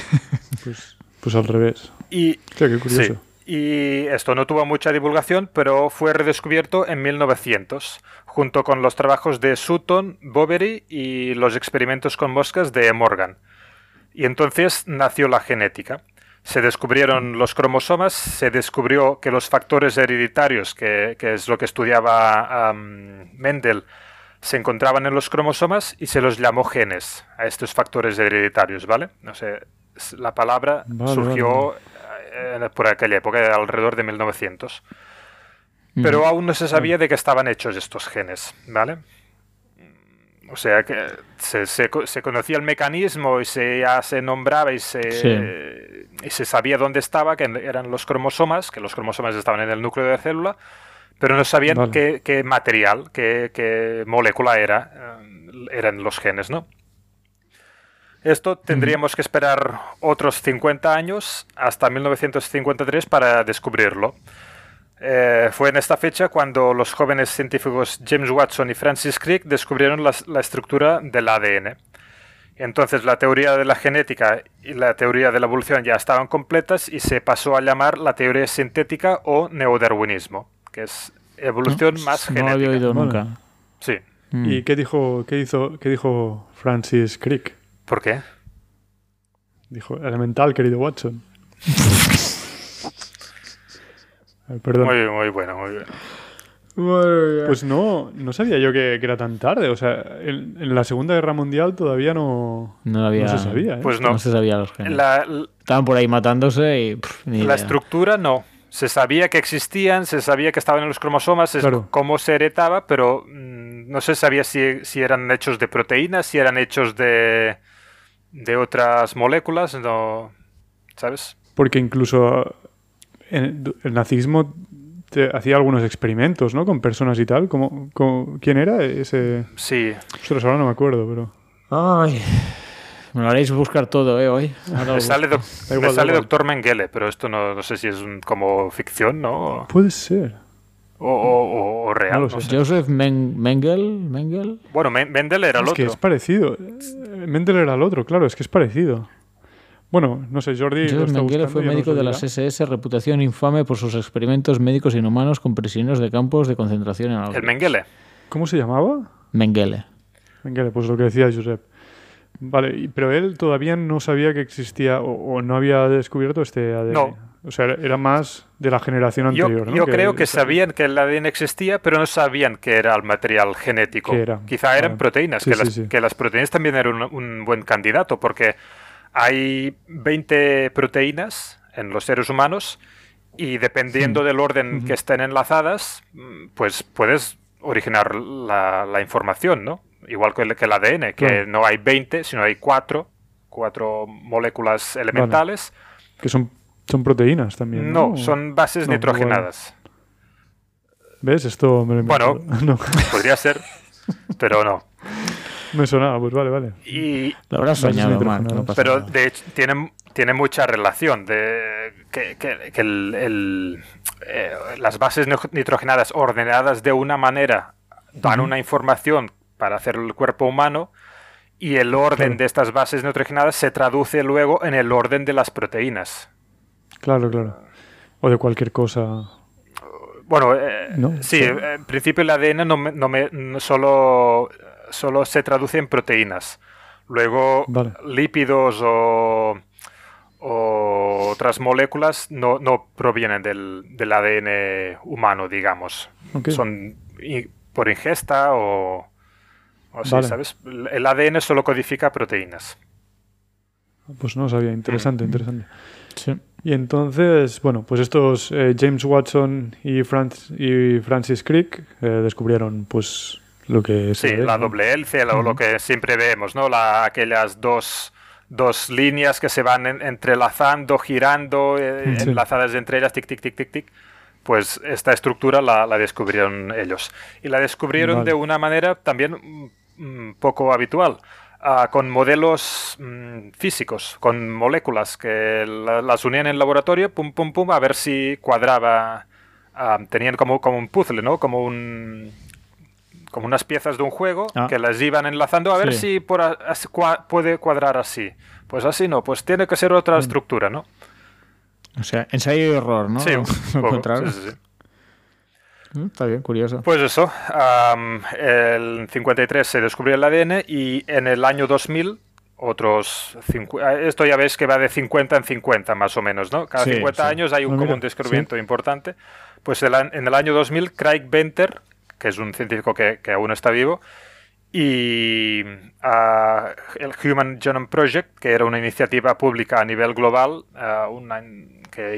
Pues al revés. Y, qué curioso. Sí. Y esto no tuvo mucha divulgación, pero fue redescubierto en 1900, junto con los trabajos de Sutton, Boveri y los experimentos con moscas de Morgan. Y entonces nació la genética. Se descubrieron los cromosomas, se descubrió que los factores hereditarios, que es lo que estudiaba Mendel, se encontraban en los cromosomas, y se los llamó genes a estos factores hereditarios, ¿vale? No sé, la palabra surgió por aquella época, alrededor de 1900. Pero aún no se sabía de qué estaban hechos estos genes, ¿vale? O sea, que se conocía el mecanismo y ya se nombraba y se sabía dónde estaba, que eran los cromosomas, que los cromosomas estaban en el núcleo de la célula, pero no sabían qué material, qué molécula eran los genes, ¿no? Esto tendríamos que esperar otros 50 años, hasta 1953, para descubrirlo. Fue en esta fecha cuando los jóvenes científicos James Watson y Francis Crick descubrieron la estructura del ADN. Entonces la teoría de la genética y la teoría de la evolución ya estaban completas, y se pasó a llamar la teoría sintética o neodarwinismo, que es evolución más genética. No lo había oído nunca. Sí. ¿Y qué dijo Francis Crick? ¿Por qué? Dijo, elemental, querido Watson. Perdón. Muy bueno. Pues no sabía yo que era tan tarde. O sea, en la Segunda Guerra Mundial todavía no se sabía, ¿eh? Pues no se sabía los genes. Estaban por ahí matándose y la estructura no. Se sabía que existían, se sabía que estaban en los cromosomas, cómo se heredaba, pero no se sabía si eran hechos de proteínas, si eran hechos de otras moléculas, no, ¿sabes? Porque incluso el nazismo hacía algunos experimentos, ¿no? Con personas y tal. ¿Quién era ese? Sí. Ostras, ahora no me acuerdo, pero... Ay, me lo haréis buscar todo, hoy. Me sale Doctor Mengele, pero esto no sé si es como ficción, ¿no? Puede ser. O real. No lo sé. Joseph Mengel. Bueno, Mendel era el otro. Es que es parecido. Mendel era el otro, claro, es que es parecido. Bueno, no sé, Jordi. lo Joseph está Mengele buscando fue y ya nos médico lo de dirá. las SS, reputación infame por sus experimentos médicos inhumanos con prisioneros de campos de concentración en El Auschwitz. Mengele. ¿Cómo se llamaba? Mengele. Mengele, pues lo que decía Josep. Vale, pero él todavía no sabía que existía o no había descubierto este ADN. No. O sea, era más de la generación Yo, anterior, ¿no? yo creo que sabían que el ADN existía, pero no sabían que era el material genético. ¿Qué era? Quizá eran Vale. proteínas, Sí, que, sí, las, sí. que las proteínas también eran un buen candidato, porque hay 20 proteínas en los seres humanos y dependiendo del orden que estén enlazadas, pues puedes originar la información, ¿no? Igual que el ADN, que Claro. no hay 20, sino hay 4 moléculas elementales. Que son proteínas también, ¿no? No, son bases No, nitrogenadas. ¿Ves? Esto me lo he Bueno. inventado. No, Podría ser, pero no. me sonaba, pues vale. Y, Lo habrás Bases soñado, Marc, nitrogenadas. no pasa pero nada. de hecho tiene mucha relación de que las bases nitrogenadas ordenadas de una manera dan una información para hacer el cuerpo humano y el orden Claro. de estas bases nitrogenadas se traduce luego en el orden de las proteínas. Claro. O de cualquier cosa. Bueno, No, sí, sí. en principio el ADN no solo se traduce en proteínas. Luego, Vale. lípidos o otras moléculas no provienen del ADN humano, digamos. Ok. Son por ingesta o sí, Vale. ¿sabes? El ADN solo codifica proteínas. Pues no sabía. Interesante. Sí. Y entonces, bueno, pues estos James Watson y Francis Crick descubrieron pues lo que es Sí, el ADN, la ¿no? doble hélice, lo que siempre vemos, ¿no? Aquellas dos líneas que se van entrelazando, girando, Sí. enlazadas entre ellas, tic, tic, tic, tic, tic. Pues esta estructura la descubrieron ellos. Y la descubrieron Vale. de una manera también poco habitual. Con modelos físicos, con moléculas que las unían en el laboratorio, pum, pum, pum, a ver si cuadraba. Tenían como un puzzle, ¿no? Como unas piezas de un juego que las iban enlazando a ver Sí. si puede cuadrar así. Pues así no, pues tiene que ser otra estructura, ¿no? O sea, ensayo y error, ¿no? Sí, un poco, Encontrar. sí. Está bien, curioso. Pues eso, el 53 se descubrió el ADN y en el año 2000 otros... Esto ya veis que va de 50 en 50 más o menos, ¿no? Cada Sí, 50 sí. años hay Ah, mira, un descubrimiento importante. Pues en el año 2000 Craig Venter, que es un científico que aún está vivo, y el Human Genome Project, que era una iniciativa pública a nivel global, que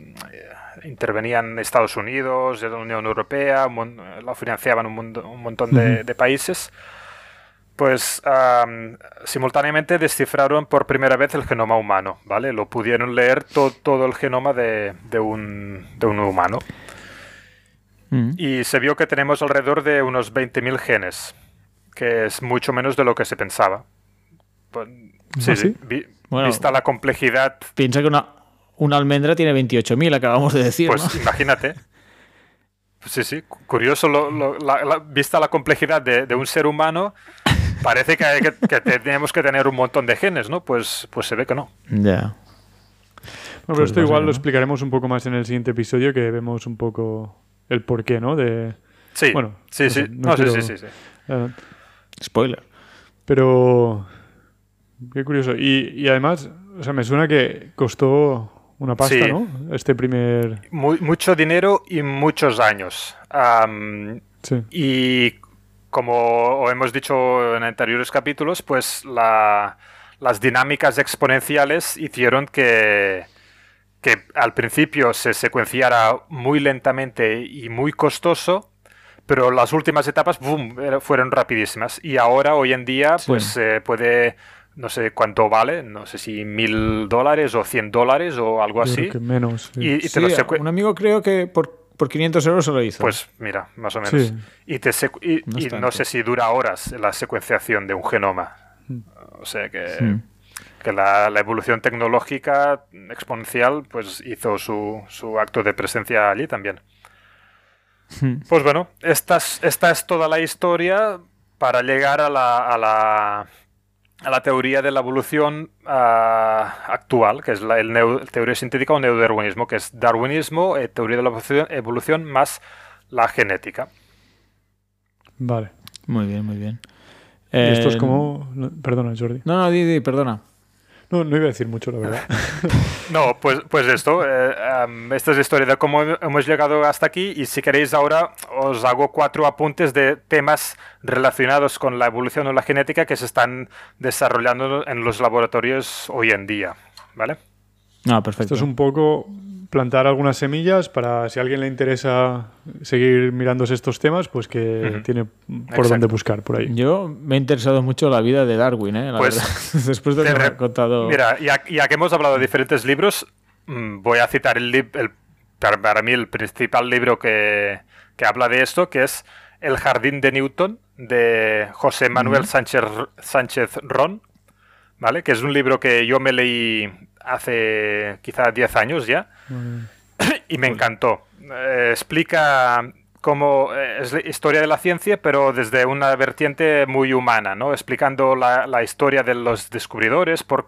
intervenían Estados Unidos, la Unión Europea, la financiaban un montón de países, pues simultáneamente descifraron por primera vez el genoma humano, ¿vale? Lo pudieron leer todo el genoma de un humano. Y se vio que tenemos alrededor de unos 20.000 genes, que es mucho menos de lo que se pensaba. Pues, ¿Ah, sí? Bueno, vista la complejidad, Piensa que una almendra tiene 28.000, acabamos de decir, pues ¿no? imagínate. Sí, curioso, vista la complejidad de un ser humano, parece que tenemos que tener un montón de genes, ¿no? Pues se ve que no. Ya. Bueno, pero Pues esto va a igual ser, lo ¿no? explicaremos un poco más en el siguiente episodio, que vemos un poco el porqué, ¿no? Sí, Bueno, sí, no sí. sé, no No, quiero- sí. Spoiler. Pero qué curioso. Y además, o sea, me suena que costó una pasta, Sí. ¿no? Este primer... Mucho dinero y muchos años. Sí. Y como hemos dicho en anteriores capítulos, pues las dinámicas exponenciales hicieron que al principio se secuenciara muy lentamente y muy costoso, pero las últimas etapas ¡boom!, fueron rapidísimas. Y ahora, hoy en día, Sí. pues se puede, no sé cuánto vale, no sé si $1.000 o $100 o algo Yo así. creo que menos. Sí. Y te Sí, lo un amigo creo que por 500 euros se lo hizo. Pues mira, más o menos. Sí. Y No es no tanto. sé si dura horas la secuenciación de un genoma. O sea que, Hmm. que la evolución tecnológica exponencial pues hizo su acto de presencia allí también. Pues bueno, esta es toda la historia para llegar a a la teoría de la evolución actual, que es teoría sintética o neodarwinismo, que es darwinismo, teoría de la evolución más la genética. Vale. Muy bien, muy bien. Y esto es como... Perdona, Jordi. No, di, perdona. No iba a decir mucho, la verdad. No, pues esto, esta es la historia de cómo hemos llegado hasta aquí, y si queréis ahora os hago 4 apuntes de temas relacionados con la evolución o la genética que se están desarrollando en los laboratorios hoy en día, ¿vale? No, perfecto. Esto es un poco plantar algunas semillas para si a alguien le interesa seguir mirándose estos temas, pues que tiene por dónde buscar por ahí. Yo me ha interesado mucho la vida de Darwin, la Pues, verdad. Después de lo que me ha contado... Mira, ya que hemos hablado de diferentes libros, voy a citar para mí el principal libro que habla de esto, que es El jardín de Newton, de José Manuel Sánchez Ron, ¿vale? Que es un libro que yo me leí hace quizá 10 años ya, y me encantó. Explica cómo es la historia de la ciencia, pero desde una vertiente muy humana, ¿no? Explicando la historia de los descubridores, por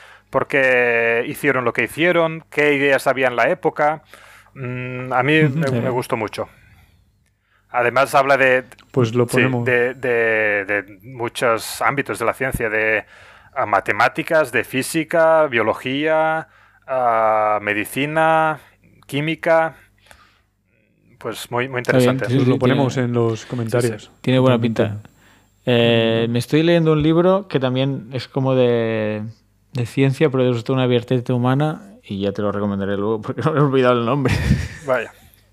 qué hicieron lo que hicieron, qué ideas había en la época. A mí me gustó mucho. Además habla de, pues lo ponemos. de muchos ámbitos de la ciencia, de matemáticas, de física, biología, medicina, química. Pues muy interesante. Pues lo ponemos en los comentarios. Sí. Tiene buena pinta. Me estoy leyendo un libro que también es como de ciencia, pero es de una vertiente humana, y ya te lo recomendaré luego porque no me he olvidado el nombre. Vaya.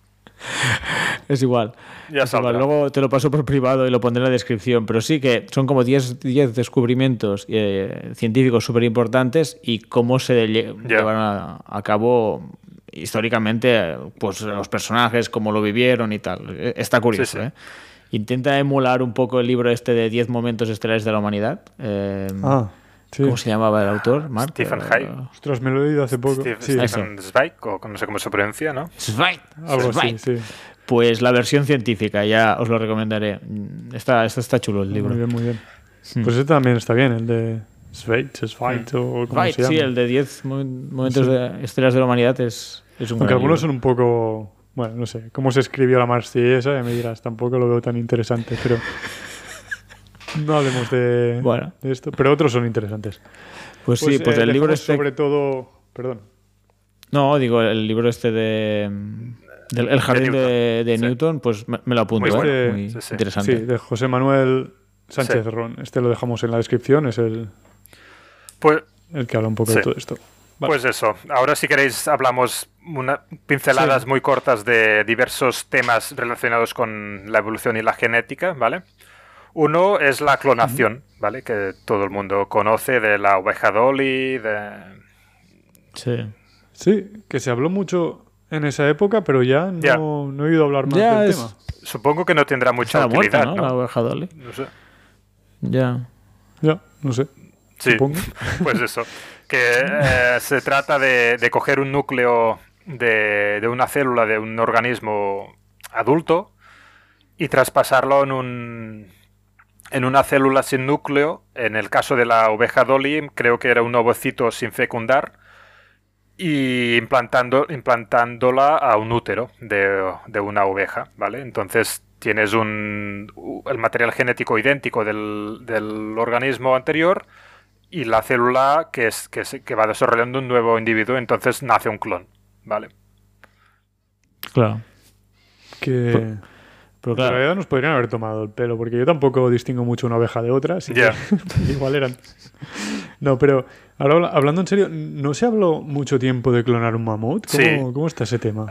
Es igual. Luego te lo paso por privado y lo pondré en la descripción. Pero sí que son como 10 descubrimientos científicos súper importantes, y cómo se llevaron a cabo históricamente, pues los personajes, cómo lo vivieron y tal. Está curioso, sí. Intenta emular un poco el libro este de 10 momentos estelares de la humanidad. Sí. ¿Cómo se llamaba el autor, Mark? Stephen Hay. Ostras, me lo he leído hace poco. Stephen Zweig, o no sé cómo se pronuncia, ¿no? Zweig. Algo así, sí. Pues la versión científica, ya os lo recomendaré. Está chulo el libro. Muy bien, muy bien. Pues este también está bien, el de Zweig o como se llama. Sí, el de 10 momentos estelares de la humanidad es un Aunque gran algunos libro. son un poco... Bueno, no sé, cómo se escribió la marsellesa, ya me dirás, tampoco lo veo tan interesante, pero... No hablemos de esto, pero otros son interesantes. Pues sí, pues el libro este... sobre todo... Perdón. No, digo, el libro este del jardín de Newton, pues me lo apunto. Muy interesante. Sí, de José Manuel Sánchez Ron. Este lo dejamos en la descripción, es el que habla un poco de todo esto. Vale. Pues eso, ahora si queréis hablamos pinceladas muy cortas de diversos temas relacionados con la evolución y la genética, ¿vale? Uno es la clonación, ¿vale? Que todo el mundo conoce, de la oveja Dolly, Sí, que se habló mucho en esa época, pero ya no he oído hablar más del tema. Supongo que no tendrá mucha utilidad, muerta, ¿no? La oveja Dolly. No sé. Ya, no sé. Sí, supongo. Pues eso. Que se trata de coger un núcleo de una célula de un organismo adulto y traspasarlo en una célula sin núcleo. En el caso de la oveja Dolly, creo que era un ovocito sin fecundar, y implantándola a un útero de una oveja, ¿vale? Entonces tienes el material genético idéntico del organismo anterior y la célula que va desarrollando un nuevo individuo, entonces nace un clon, ¿vale? Claro. Pero claro, en realidad nos podrían haber tomado el pelo, porque yo tampoco distingo mucho una oveja de otra, así que igual eran... No, pero ahora hablando en serio, ¿no se habló mucho tiempo de clonar un mamut? ¿Cómo está ese tema?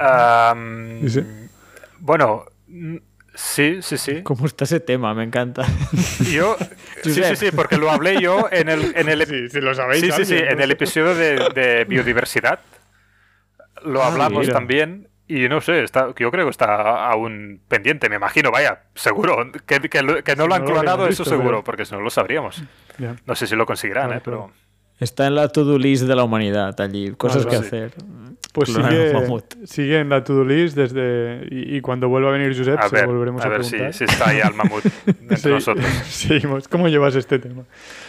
Bueno, sí. ¿Cómo está ese tema? Me encanta. Sí, porque lo hablé yo en el si lo sabéis. Sí, en el episodio de biodiversidad. Lo hablamos también. Y no sé, yo creo que está aún pendiente, me imagino, vaya, seguro. Que no lo han clonado, eso seguro, porque si no lo sabríamos. Ya. No sé si lo conseguirán, pero... Está en la to-do list de la humanidad allí, cosas que hacer. Pues sigue en la to-do list y cuando vuelva a venir Josep se lo volveremos a preguntar. Si está ahí al mamut entre nosotros. Seguimos. ¿Cómo llevas este tema?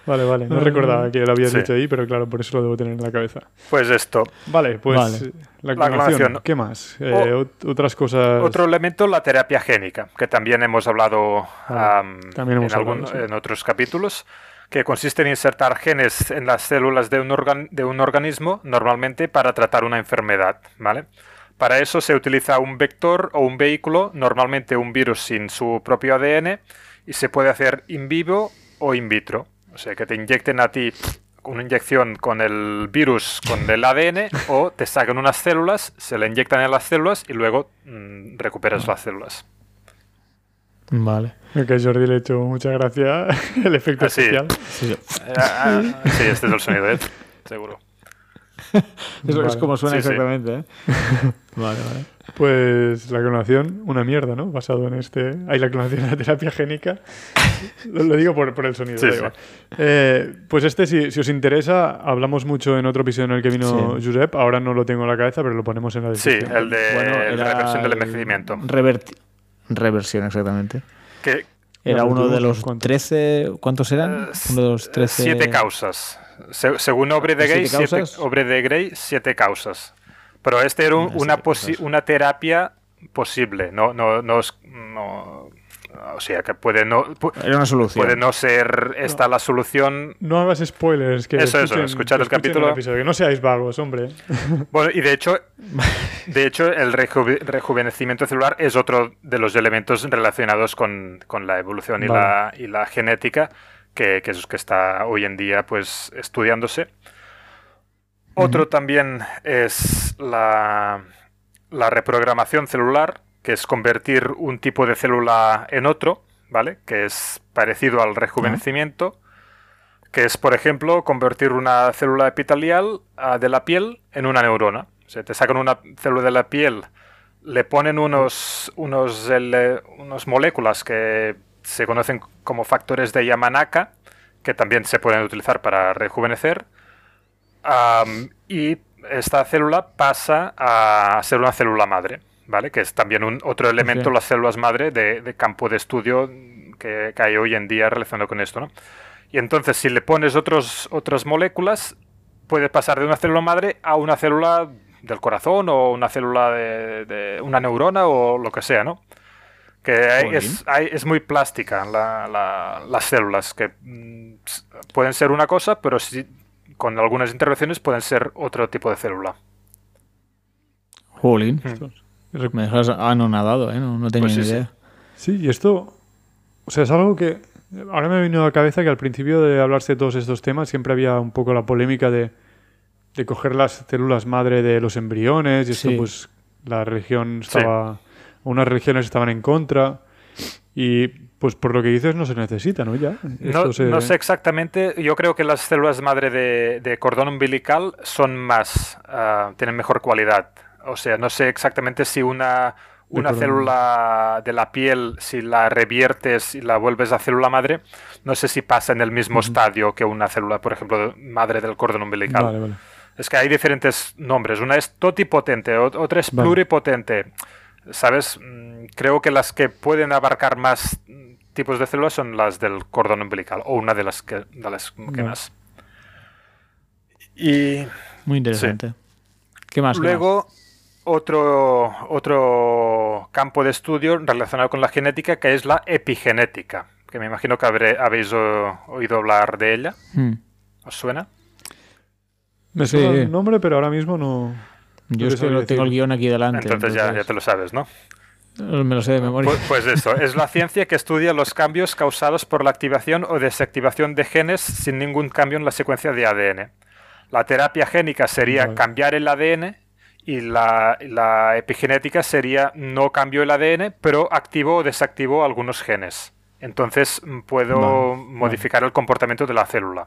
Vale. No recordaba que lo habías Sí. dicho ahí, pero claro, por eso lo debo tener en la cabeza. Pues esto. Vale, pues Vale. la La clonación. clonación. ¿Qué más? Otras cosas. Otro elemento, la terapia génica, que también hemos hablado también hemos hablado, sí. en otros capítulos, que consiste en insertar genes en las células de un organismo, normalmente para tratar una enfermedad, ¿vale? Para eso se utiliza un vector o un vehículo, normalmente un virus sin su propio ADN, y se puede hacer in vivo o in vitro. O sea, que te inyecten a ti una inyección con el virus, con el ADN, o te sacan unas células, se le inyectan en las células y luego recuperas las células. Vale. Que a Jordi le ha hecho mucha gracia el efecto Ah, sí. especial. Sí. Sí, este es el sonido, seguro. Es Vale. como suena Sí, sí. exactamente, ¿eh? Vale. Pues la clonación, una mierda, ¿no? Basado en este... Hay la clonación en la terapia génica. Lo digo por el sonido. Sí, da sí. igual. Pues este, si os interesa, hablamos mucho en otro episodio en el que vino Sí. Josep. Ahora no lo tengo en la cabeza, pero lo ponemos en la Sí, descripción. el de Bueno, la era reversión del el envejecimiento. Reversión, exactamente. Que, Era Bueno, uno de tuvimos los ¿cuántos? 13... ¿Cuántos eran? Uno de los 13... 7 causas. Según Aubrey de Grey, 7 causas. 7 causas. Pero este era Siete causas. una terapia posible. No, o sea, que puede Era una solución. puede no ser esta la solución. No hagas spoilers. Que Eso, escuchen, escuchad que el escuchen capítulo. episodio, que no seáis vagos, hombre. Bueno, y de hecho, el rejuvenecimiento celular es otro de los elementos relacionados con la evolución Vale. y la genética que está hoy en día pues estudiándose. Otro también es la reprogramación celular, que es convertir un tipo de célula en otro, ¿vale? Que es parecido al rejuvenecimiento, que es, por ejemplo, convertir una célula epitelial de la piel en una neurona. O sea, te sacan una célula de la piel, le ponen unas moléculas que se conocen como factores de Yamanaka, que también se pueden utilizar para rejuvenecer, y esta célula pasa a ser una célula madre, ¿vale? Que es también otro elemento, Ok. las células madre de campo de estudio que hay hoy en día relacionado con esto, ¿no? Y entonces, si le pones otras moléculas, puede pasar de una célula madre a una célula del corazón o una célula de una neurona o lo que sea, ¿no? Que es muy plástica las células, que pueden ser una cosa, pero con algunas intervenciones pueden ser otro tipo de célula. Jolín. Me dejas anonadado, ¿eh? No tenía Pues sí, ni sí. idea. Sí, y esto... O sea, es algo que... Ahora me ha venido a la cabeza que al principio de hablarse de todos estos temas siempre había un poco la polémica de coger las células madre de los embriones y esto Sí. pues la religión estaba... Unas religiones estaban en contra y pues por lo que dices no se necesita, ¿no? Ya. No sé exactamente, yo creo que las células madre de cordón umbilical son tienen mejor cualidad. O sea, no sé exactamente si una cordón. célula de la piel, si la reviertes y la vuelves a célula madre, no sé si pasa en el mismo estadio que una célula, por ejemplo, madre del cordón umbilical. Vale. Es que hay diferentes nombres. Una es totipotente, otra es Vale. pluripotente. ¿Sabes? Creo que las que pueden abarcar más tipos de células son las del cordón umbilical, o una de las que Vale. más. Y Muy interesante. ¿Qué más? luego, otro campo de estudio relacionado con la genética, que es la epigenética, que me imagino que habéis oído hablar de ella. ¿Os suena? Me Sí. suena el nombre, pero ahora mismo no... Yo no es que sabría tengo el decir. guión aquí delante. Entonces ya te lo sabes, ¿no? Me lo sé de memoria. Pues eso, es la ciencia que estudia los cambios causados por la activación o desactivación de genes sin ningún cambio en la secuencia de ADN. La terapia génica sería Vale. cambiar el ADN y la epigenética sería no cambio el ADN, pero activo o desactivo algunos genes. Entonces puedo modificar el comportamiento de la célula.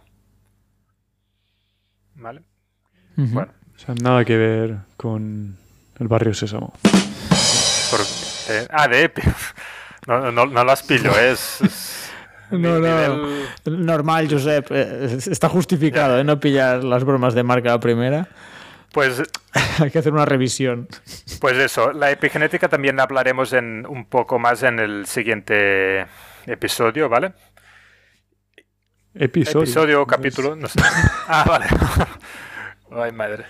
¿Vale? Ujú. Bueno, O sea, nada que ver con el barrio Sésamo. de EPI. No las pillo, es No. nivel- Normal, Josep. Está justificado, ¿eh? No pillar las bromas de marca a la primera. Pues Hay que hacer una revisión. Pues eso, la epigenética también hablaremos un poco más en el siguiente episodio, ¿vale? Episodio, capítulo, no sé. Ah, vale. Ay, madre.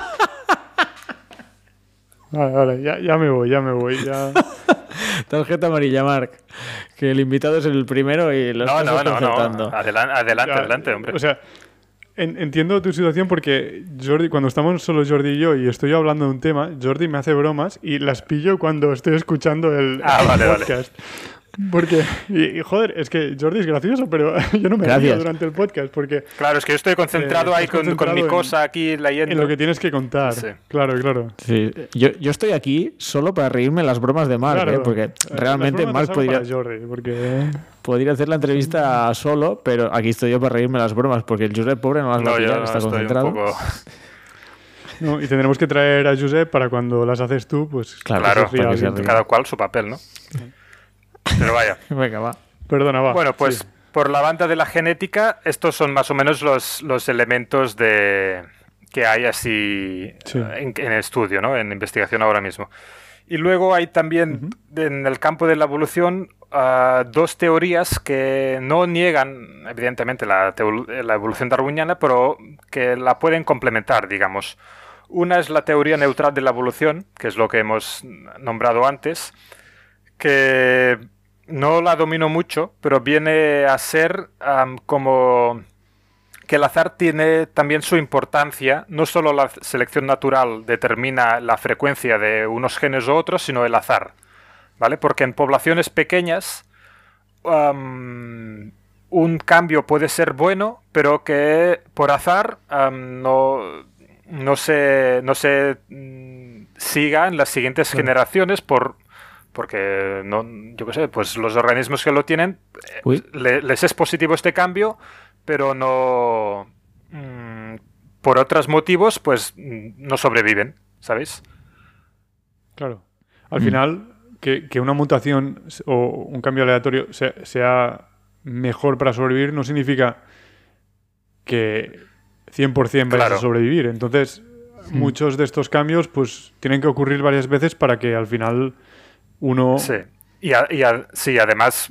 Vale, ya me voy, ya. Tarjeta amarilla, Marc. Que el invitado es el primero y lo estás desconcertando. Adelante, hombre. O sea, entiendo tu situación porque Jordi, cuando estamos solo Jordi y yo y estoy hablando de un tema, Jordi me hace bromas y las pillo cuando estoy escuchando el podcast. Porque, joder, es que Jordi es gracioso, pero yo no me río durante el podcast porque... Claro, es que yo estoy concentrado ahí con mi cosa aquí leyendo. En lo que tienes que contar. Sí. Claro. Sí. Yo estoy aquí solo para reírme las bromas de Marc, claro, porque realmente Marc podría hacer la entrevista solo, pero aquí estoy yo para reírme las bromas, porque el Josep pobre no las va a pillar, está concentrado. No, y tendremos que traer a Josep para cuando las haces tú, pues... Claro, cada cual su papel, ¿no? Pero vaya. Venga, va. Perdona, va. Bueno, pues sí. Por la banda de la genética, estos son más o menos los elementos que hay así en estudio, ¿no? En investigación ahora mismo. Y luego hay también en el campo de la evolución dos teorías que no niegan, evidentemente, la evolución darwiniana, pero que la pueden complementar, digamos. Una es la teoría neutral de la evolución, que es lo que hemos nombrado antes, que no la domino mucho, pero viene a ser como que el azar tiene también su importancia. No solo la selección natural determina la frecuencia de unos genes u otros, sino el azar, ¿vale? Porque en poblaciones pequeñas un cambio puede ser bueno, pero que por azar no se siga en las siguientes generaciones porque yo qué sé, pues los organismos que lo tienen les es positivo este cambio, pero no por otros motivos pues no sobreviven, ¿sabéis? Claro. Al final que una mutación o un cambio aleatorio sea mejor para sobrevivir no significa que 100% vayas a sobrevivir. Entonces muchos de estos cambios pues tienen que ocurrir varias veces para que al final uno... Sí. Sí, además,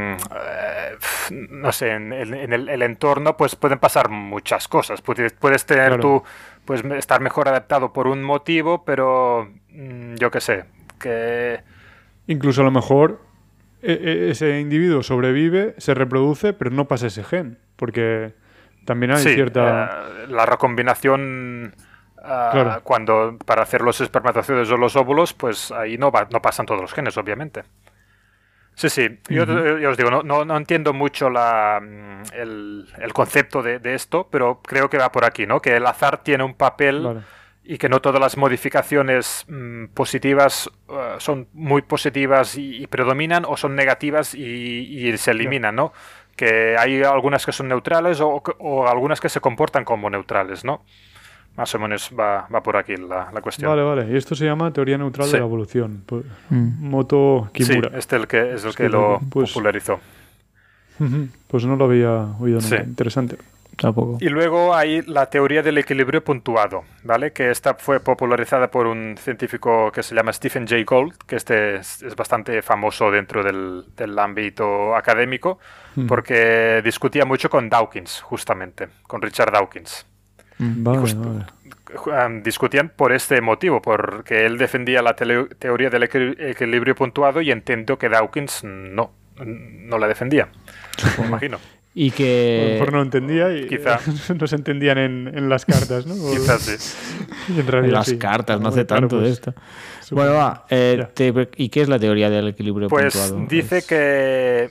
no sé, en el entorno pues pueden pasar muchas cosas. Puedes tener pues estar mejor adaptado por un motivo, pero yo qué sé, que... Incluso a lo mejor ese individuo sobrevive, se reproduce, pero no pasa ese gen, porque también hay cierta... la recombinación... cuando para hacer los espermatozoides o los óvulos, pues ahí no pasan todos los genes, obviamente. Sí. Yo os digo, no entiendo mucho el concepto de esto, pero creo que va por aquí, ¿no? Que el azar tiene un papel y que no todas las modificaciones positivas son muy positivas y predominan, o son negativas y se eliminan, ¿no? Que hay algunas que son neutrales o algunas que se comportan como neutrales, ¿no? Más o menos va por aquí la cuestión. Vale. Y esto se llama teoría neutral de la evolución. Moto Kimura. Sí, es el que lo popularizó. Pues no lo había oído nunca. Interesante. Tampoco. Y luego hay la teoría del equilibrio puntuado, ¿vale? Que esta fue popularizada por un científico que se llama Stephen Jay Gould, que es bastante famoso dentro del ámbito académico, porque discutía mucho con Dawkins, justamente, con Richard Dawkins. Vale. Discutían por este motivo, porque él defendía la teoría del equilibrio puntuado y entiendo que Dawkins no la defendía, me imagino. Y que... A lo mejor no entendía y quizá no se entendían en las cartas, ¿no? Quizás sí. Y en realidad, las cartas, no hace tanto de esto. Bueno, va. ¿Y qué es la teoría del equilibrio puntuado? Pues dice que...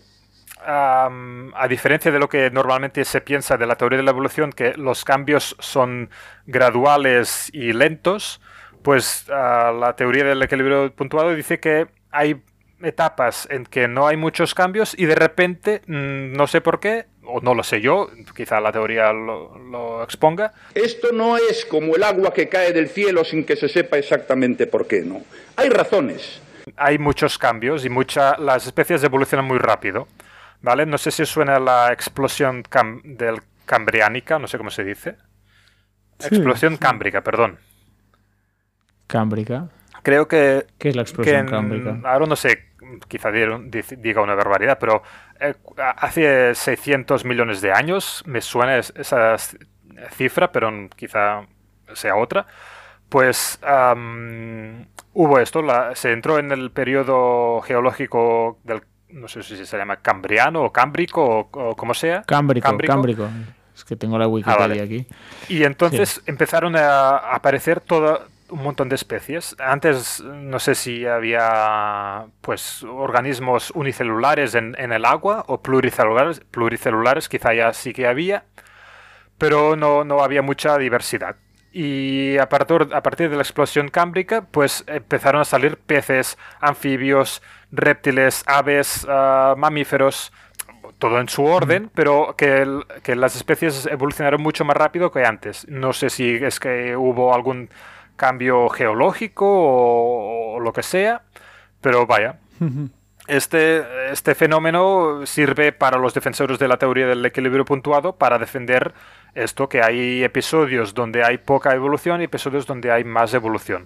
a diferencia de lo que normalmente se piensa de la teoría de la evolución, que los cambios son graduales y lentos, pues la teoría del equilibrio puntuado dice que hay etapas en que no hay muchos cambios y de repente, no sé por qué, o no lo sé yo, quizá la teoría lo exponga. Esto no es como el agua que cae del cielo sin que se sepa exactamente por qué, ¿no? Hay razones. Hay muchos cambios y las especies evolucionan muy rápido. ¿Vale? No sé si suena la explosión cambriánica, no sé cómo se dice. Explosión cámbrica, perdón. ¿Cámbrica? Creo que... ¿Qué es la explosión cámbrica? Ahora no sé quizá diga una barbaridad, pero hace 600 millones de años, me suena esa cifra, pero quizá sea otra, pues hubo esto, se entró en el periodo geológico del, no sé si se llama cambriano o cámbrico o como sea. Cámbrico. Es que tengo la Wikipedia vale. aquí. Y entonces empezaron a aparecer un montón de especies. Antes no sé si había pues organismos unicelulares en el agua o pluricelulares quizá ya sí que había, pero no había mucha diversidad. Y a partir de la explosión cámbrica pues empezaron a salir peces, anfibios, reptiles, aves, mamíferos, todo en su orden, pero que las especies evolucionaron mucho más rápido que antes. No sé si es que hubo algún cambio geológico o lo que sea, pero vaya. Este fenómeno sirve para los defensores de la teoría del equilibrio puntuado para defender esto, que hay episodios donde hay poca evolución y episodios donde hay más evolución.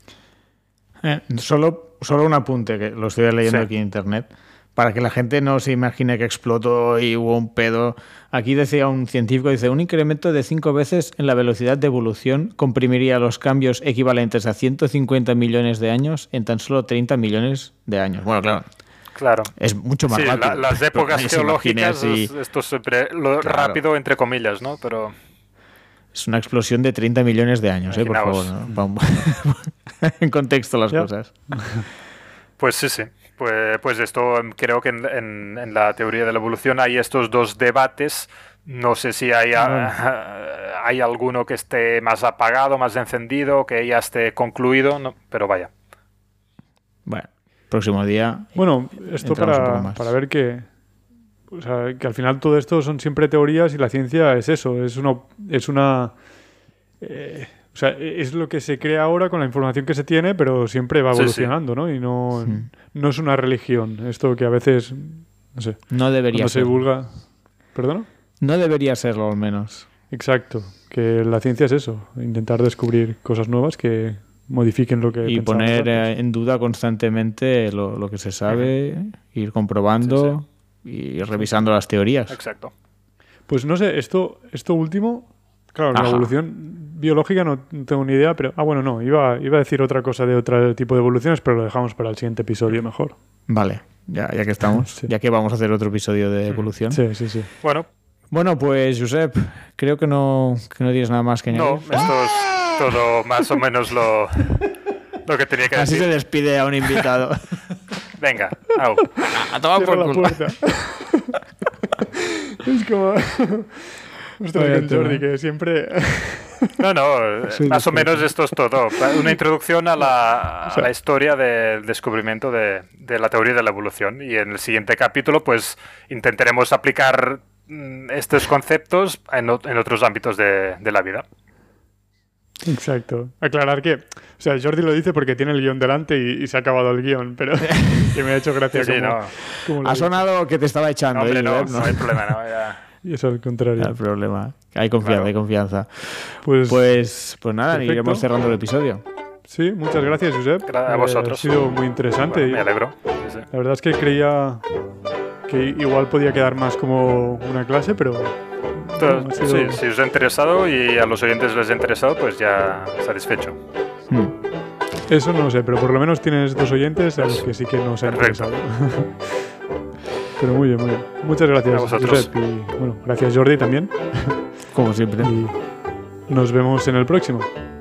Solo un apunte, que lo estoy leyendo aquí en internet, para que la gente no se imagine que explotó y hubo un pedo. Aquí decía un científico, dice, un incremento de 5 veces en la velocidad de evolución comprimiría los cambios equivalentes a 150 millones de años en tan solo 30 millones de años. Bueno, claro. Es mucho más rápido. Las épocas geológicas, esto siempre rápido entre comillas, ¿no? Pero es una explosión de 30 millones de años, por favor. ¿No? En contexto las cosas. Pues sí. Pues esto creo que en la teoría de la evolución hay estos dos debates. No sé si hay alguno que esté más apagado, más encendido, que ya esté concluido, no, pero vaya. Bueno, próximo día. Bueno, esto para ver que, o sea, que al final todo esto son siempre teorías y la ciencia es eso, es lo que se crea ahora con la información que se tiene, pero siempre va evolucionando, ¿no? Y no es una religión. Esto que a veces, no sé. No debería ser. Se divulga. ¿Perdona? No debería serlo, al menos. Exacto. Que la ciencia es eso. Intentar descubrir cosas nuevas que modifiquen lo que y poner en duda constantemente lo que se sabe, ir comprobando y revisando las teorías. Exacto. Pues no sé, esto último, claro, la evolución biológica no tengo ni idea, pero iba a decir otra cosa de otro tipo de evoluciones, pero lo dejamos para el siguiente episodio mejor. Vale, ya que estamos, ya que vamos a hacer otro episodio de evolución. Sí. Bueno, pues Josep, creo que no tienes nada más que añadir. No, esto es todo más o menos lo que tenía que decir. Así se despide a un invitado. Venga, a tomar por culo. Puerta. Es como... Ostras, con Jordi, que siempre... No, más o menos esto es todo. Una introducción a la historia del descubrimiento de la teoría de la evolución. Y en el siguiente capítulo, pues, intentaremos aplicar estos conceptos en otros ámbitos de la vida. Exacto. Aclarar que... O sea, Jordi lo dice porque tiene el guión delante y se ha acabado el guión, pero que me ha hecho gracia como ha sonado que te estaba echando. No, hombre, no hay problema, no, ya... Y eso al contrario. No hay problema. Hay confianza, hay confianza. Pues nada, perfecto. iremos cerrando el episodio. Sí, muchas gracias, Josep. A vosotros. Ha sido muy interesante. Bueno, me alegro. Sí. La verdad es que creía que igual podía quedar más como una clase, pero... Sí, si os ha interesado y a los oyentes les ha interesado, pues ya satisfecho. Eso no lo sé, pero por lo menos tienes 2 oyentes a los que sí que nos ha interesado. Pero muy bien, muy bien. Muchas gracias, Josep. Y bueno, gracias Jordi también. Como siempre. Y nos vemos en el próximo.